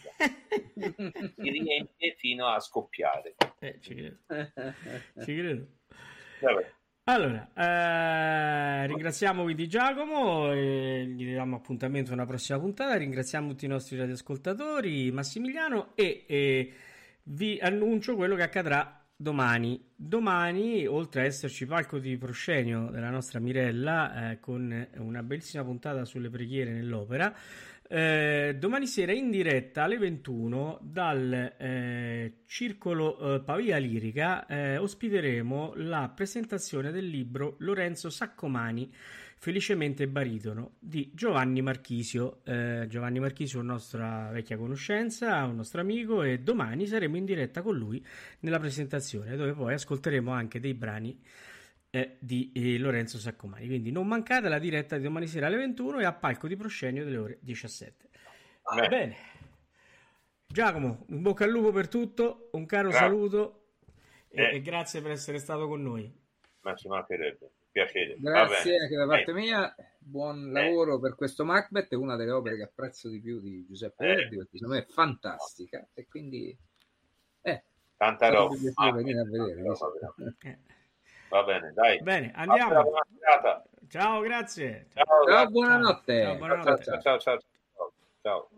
Si riempie fino a scoppiare. Eh, ci credo. Ci credo. Vabbè. Allora, eh, ringraziamo quindi Giacomo, e gli diamo appuntamento a una prossima puntata. Ringraziamo tutti i nostri radioascoltatori, Massimiliano, e, e vi annuncio quello che accadrà domani. Domani, oltre a esserci palco di proscenio della nostra Mirella, eh, con una bellissima puntata sulle preghiere nell'opera, eh, domani sera in diretta alle ventuno dal eh, Circolo eh, Pavia Lirica eh, ospiteremo la presentazione del libro Lorenzo Saccomani, Felicemente baritono, di Giovanni Marchisio. Eh, Giovanni Marchisio è una nostra vecchia conoscenza, un nostro amico, e domani saremo in diretta con lui nella presentazione, dove poi ascolteremo anche dei brani eh, di eh, Lorenzo Saccomani. Quindi non mancate la diretta di domani sera alle ventuno e a palco di proscenio delle ore diciassette. Beh. Bene, Giacomo, in bocca al lupo per tutto, un caro Grazie. saluto e, Eh. e grazie per essere stato con noi. Ma ci mancherebbe, piacere. Va Grazie bene. anche da parte Eh, mia, buon Eh. lavoro per questo Macbeth, è una delle opere che apprezzo di più di Giuseppe Eh. Verdi, perché secondo me è fantastica e quindi eh, Tanta sarebbe roba. piacere Ah, venire a vedere. tanta roba, dice. veramente. Eh. Va bene, dai. Bene, Fate una andiamo. buona serata. Ciao, grazie. Ciao, Ciao, grazie. buonanotte. Ciao, buonanotte. Ciao, ciao, ciao, ciao. Ciao.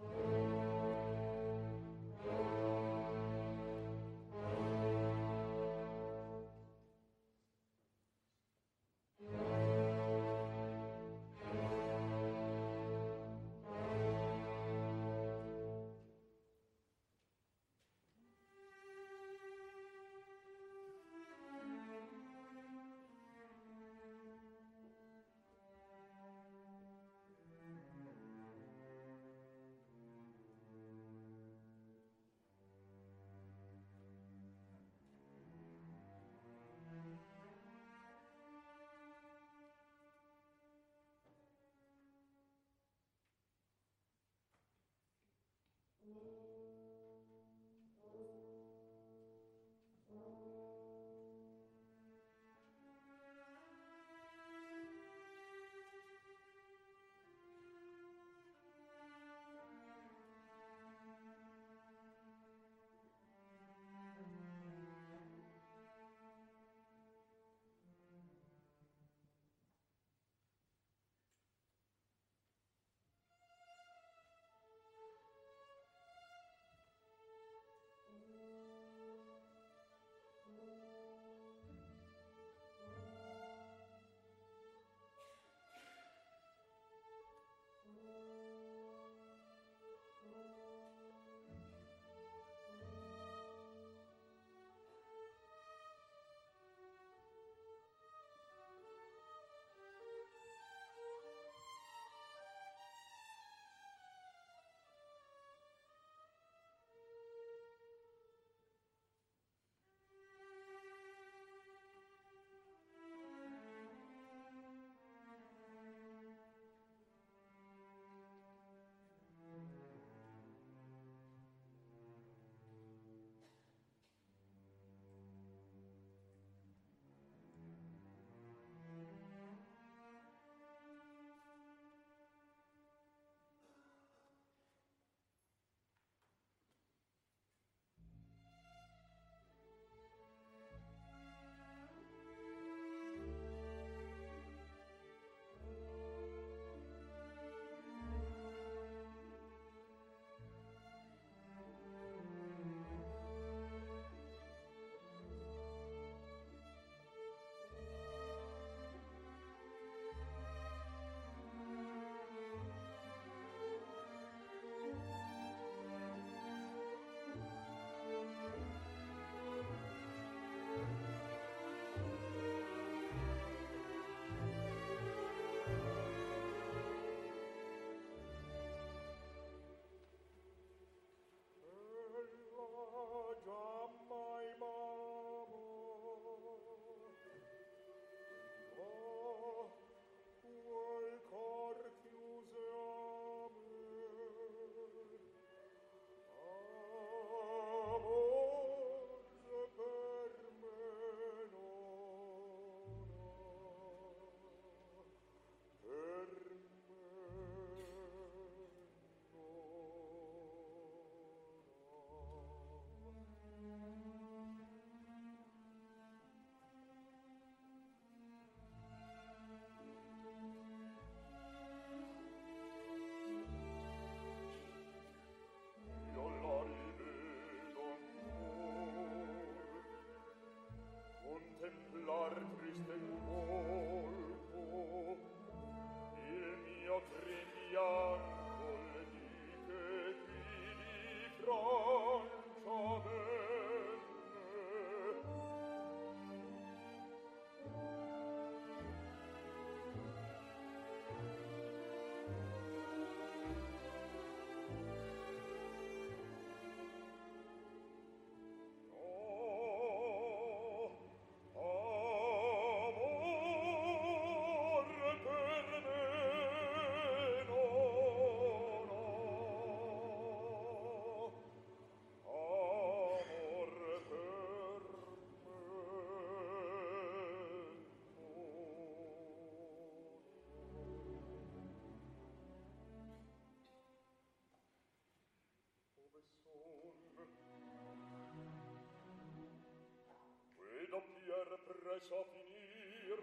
e so finir.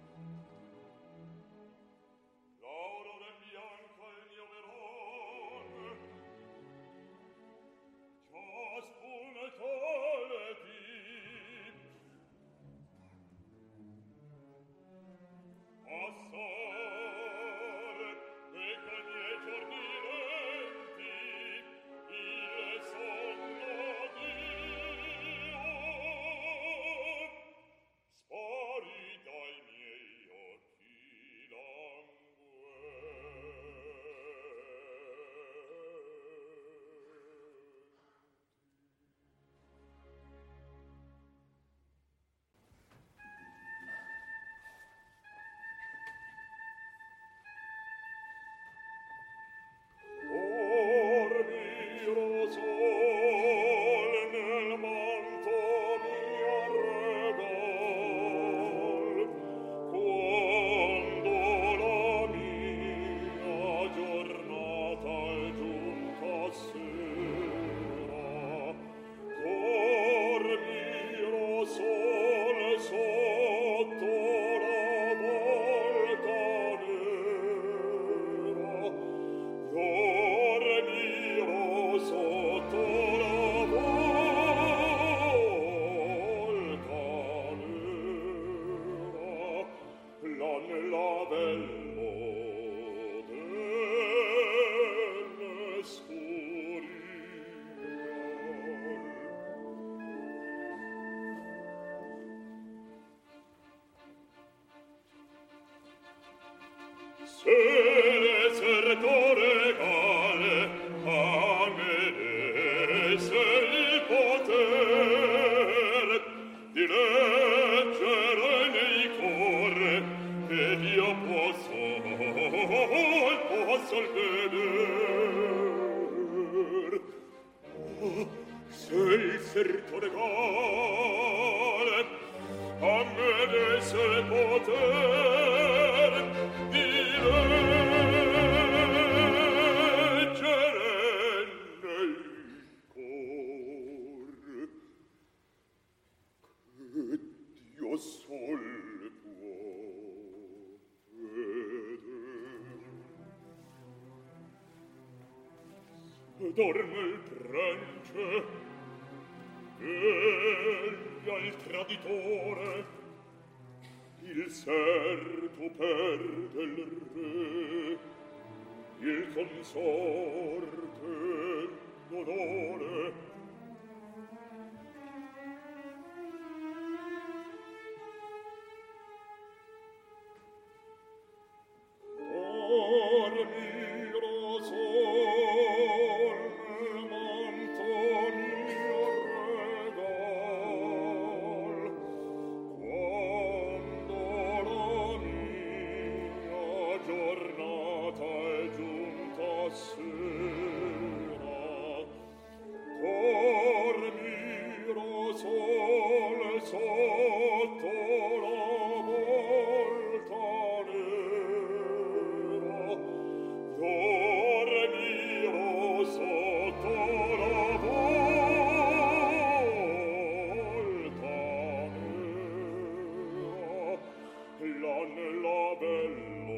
L'aurora è bianca il mio veron, ciascun è tale di passare e con i miei giorni lenti il sonno Dio spari dai miei occhi Dormiro sol nel manto mio regal, quando la mia giornata è giunta sera. Dormiro sol sotto la volta nera. Dormiro sotto la volta nera, là nell'avello dell'escurial. Se l'eserto regale a me desse il poter di leggere nei cor ed io posso, posso il veder. Oh, se il serto regale a me desse il poter di leggere nel cor che Dio sol può vedere. Se dorme il prence egli al traditore il serto perde il re, il consorte l'onore. Dormiro sol nel manto mio regal, quando la mia giornata è giunta sera. Dormiro sol sotto la volta nera. Dormiro sotto la volta nera, là nell'avello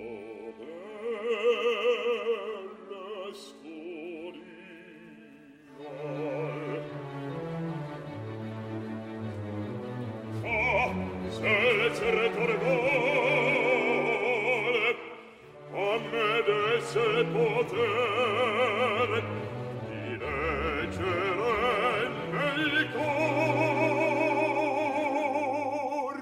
dell'escurial. Ah, se l'eserto regale a me desse il poter di leggere nel cor.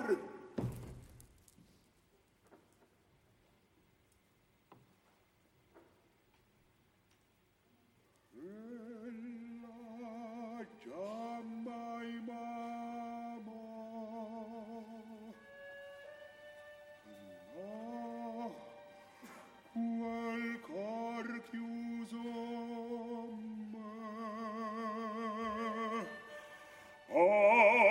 Ella chiama i mamma, no, quel cor chiuso me. Ah,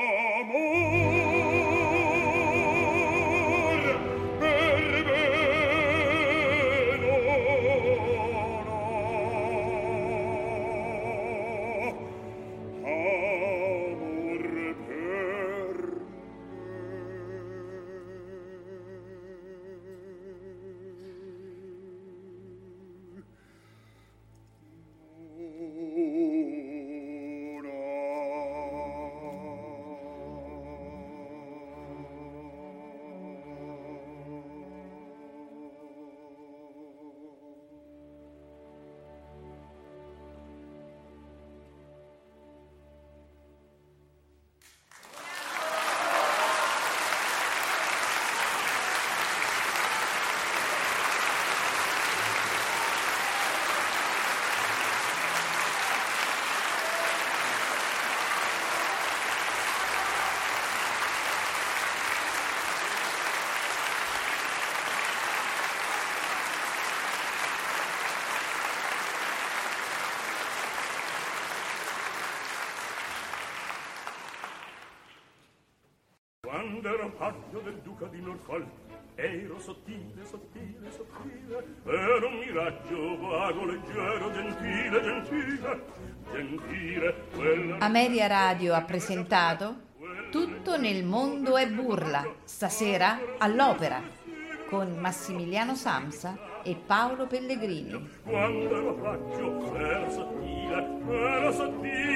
quando ero paggio del duca di Norfolk, ero sottile, sottile, sottile, ero un miraggio vago, leggero, gentile, gentile, gentile. Quella... Ameria Radio ha presentato Tutto nel mondo è burla, stasera all'Opera, con Massimiliano Samsa e Paolo Pellegrini. Quando ero paggio, ero sottile, ero sottile.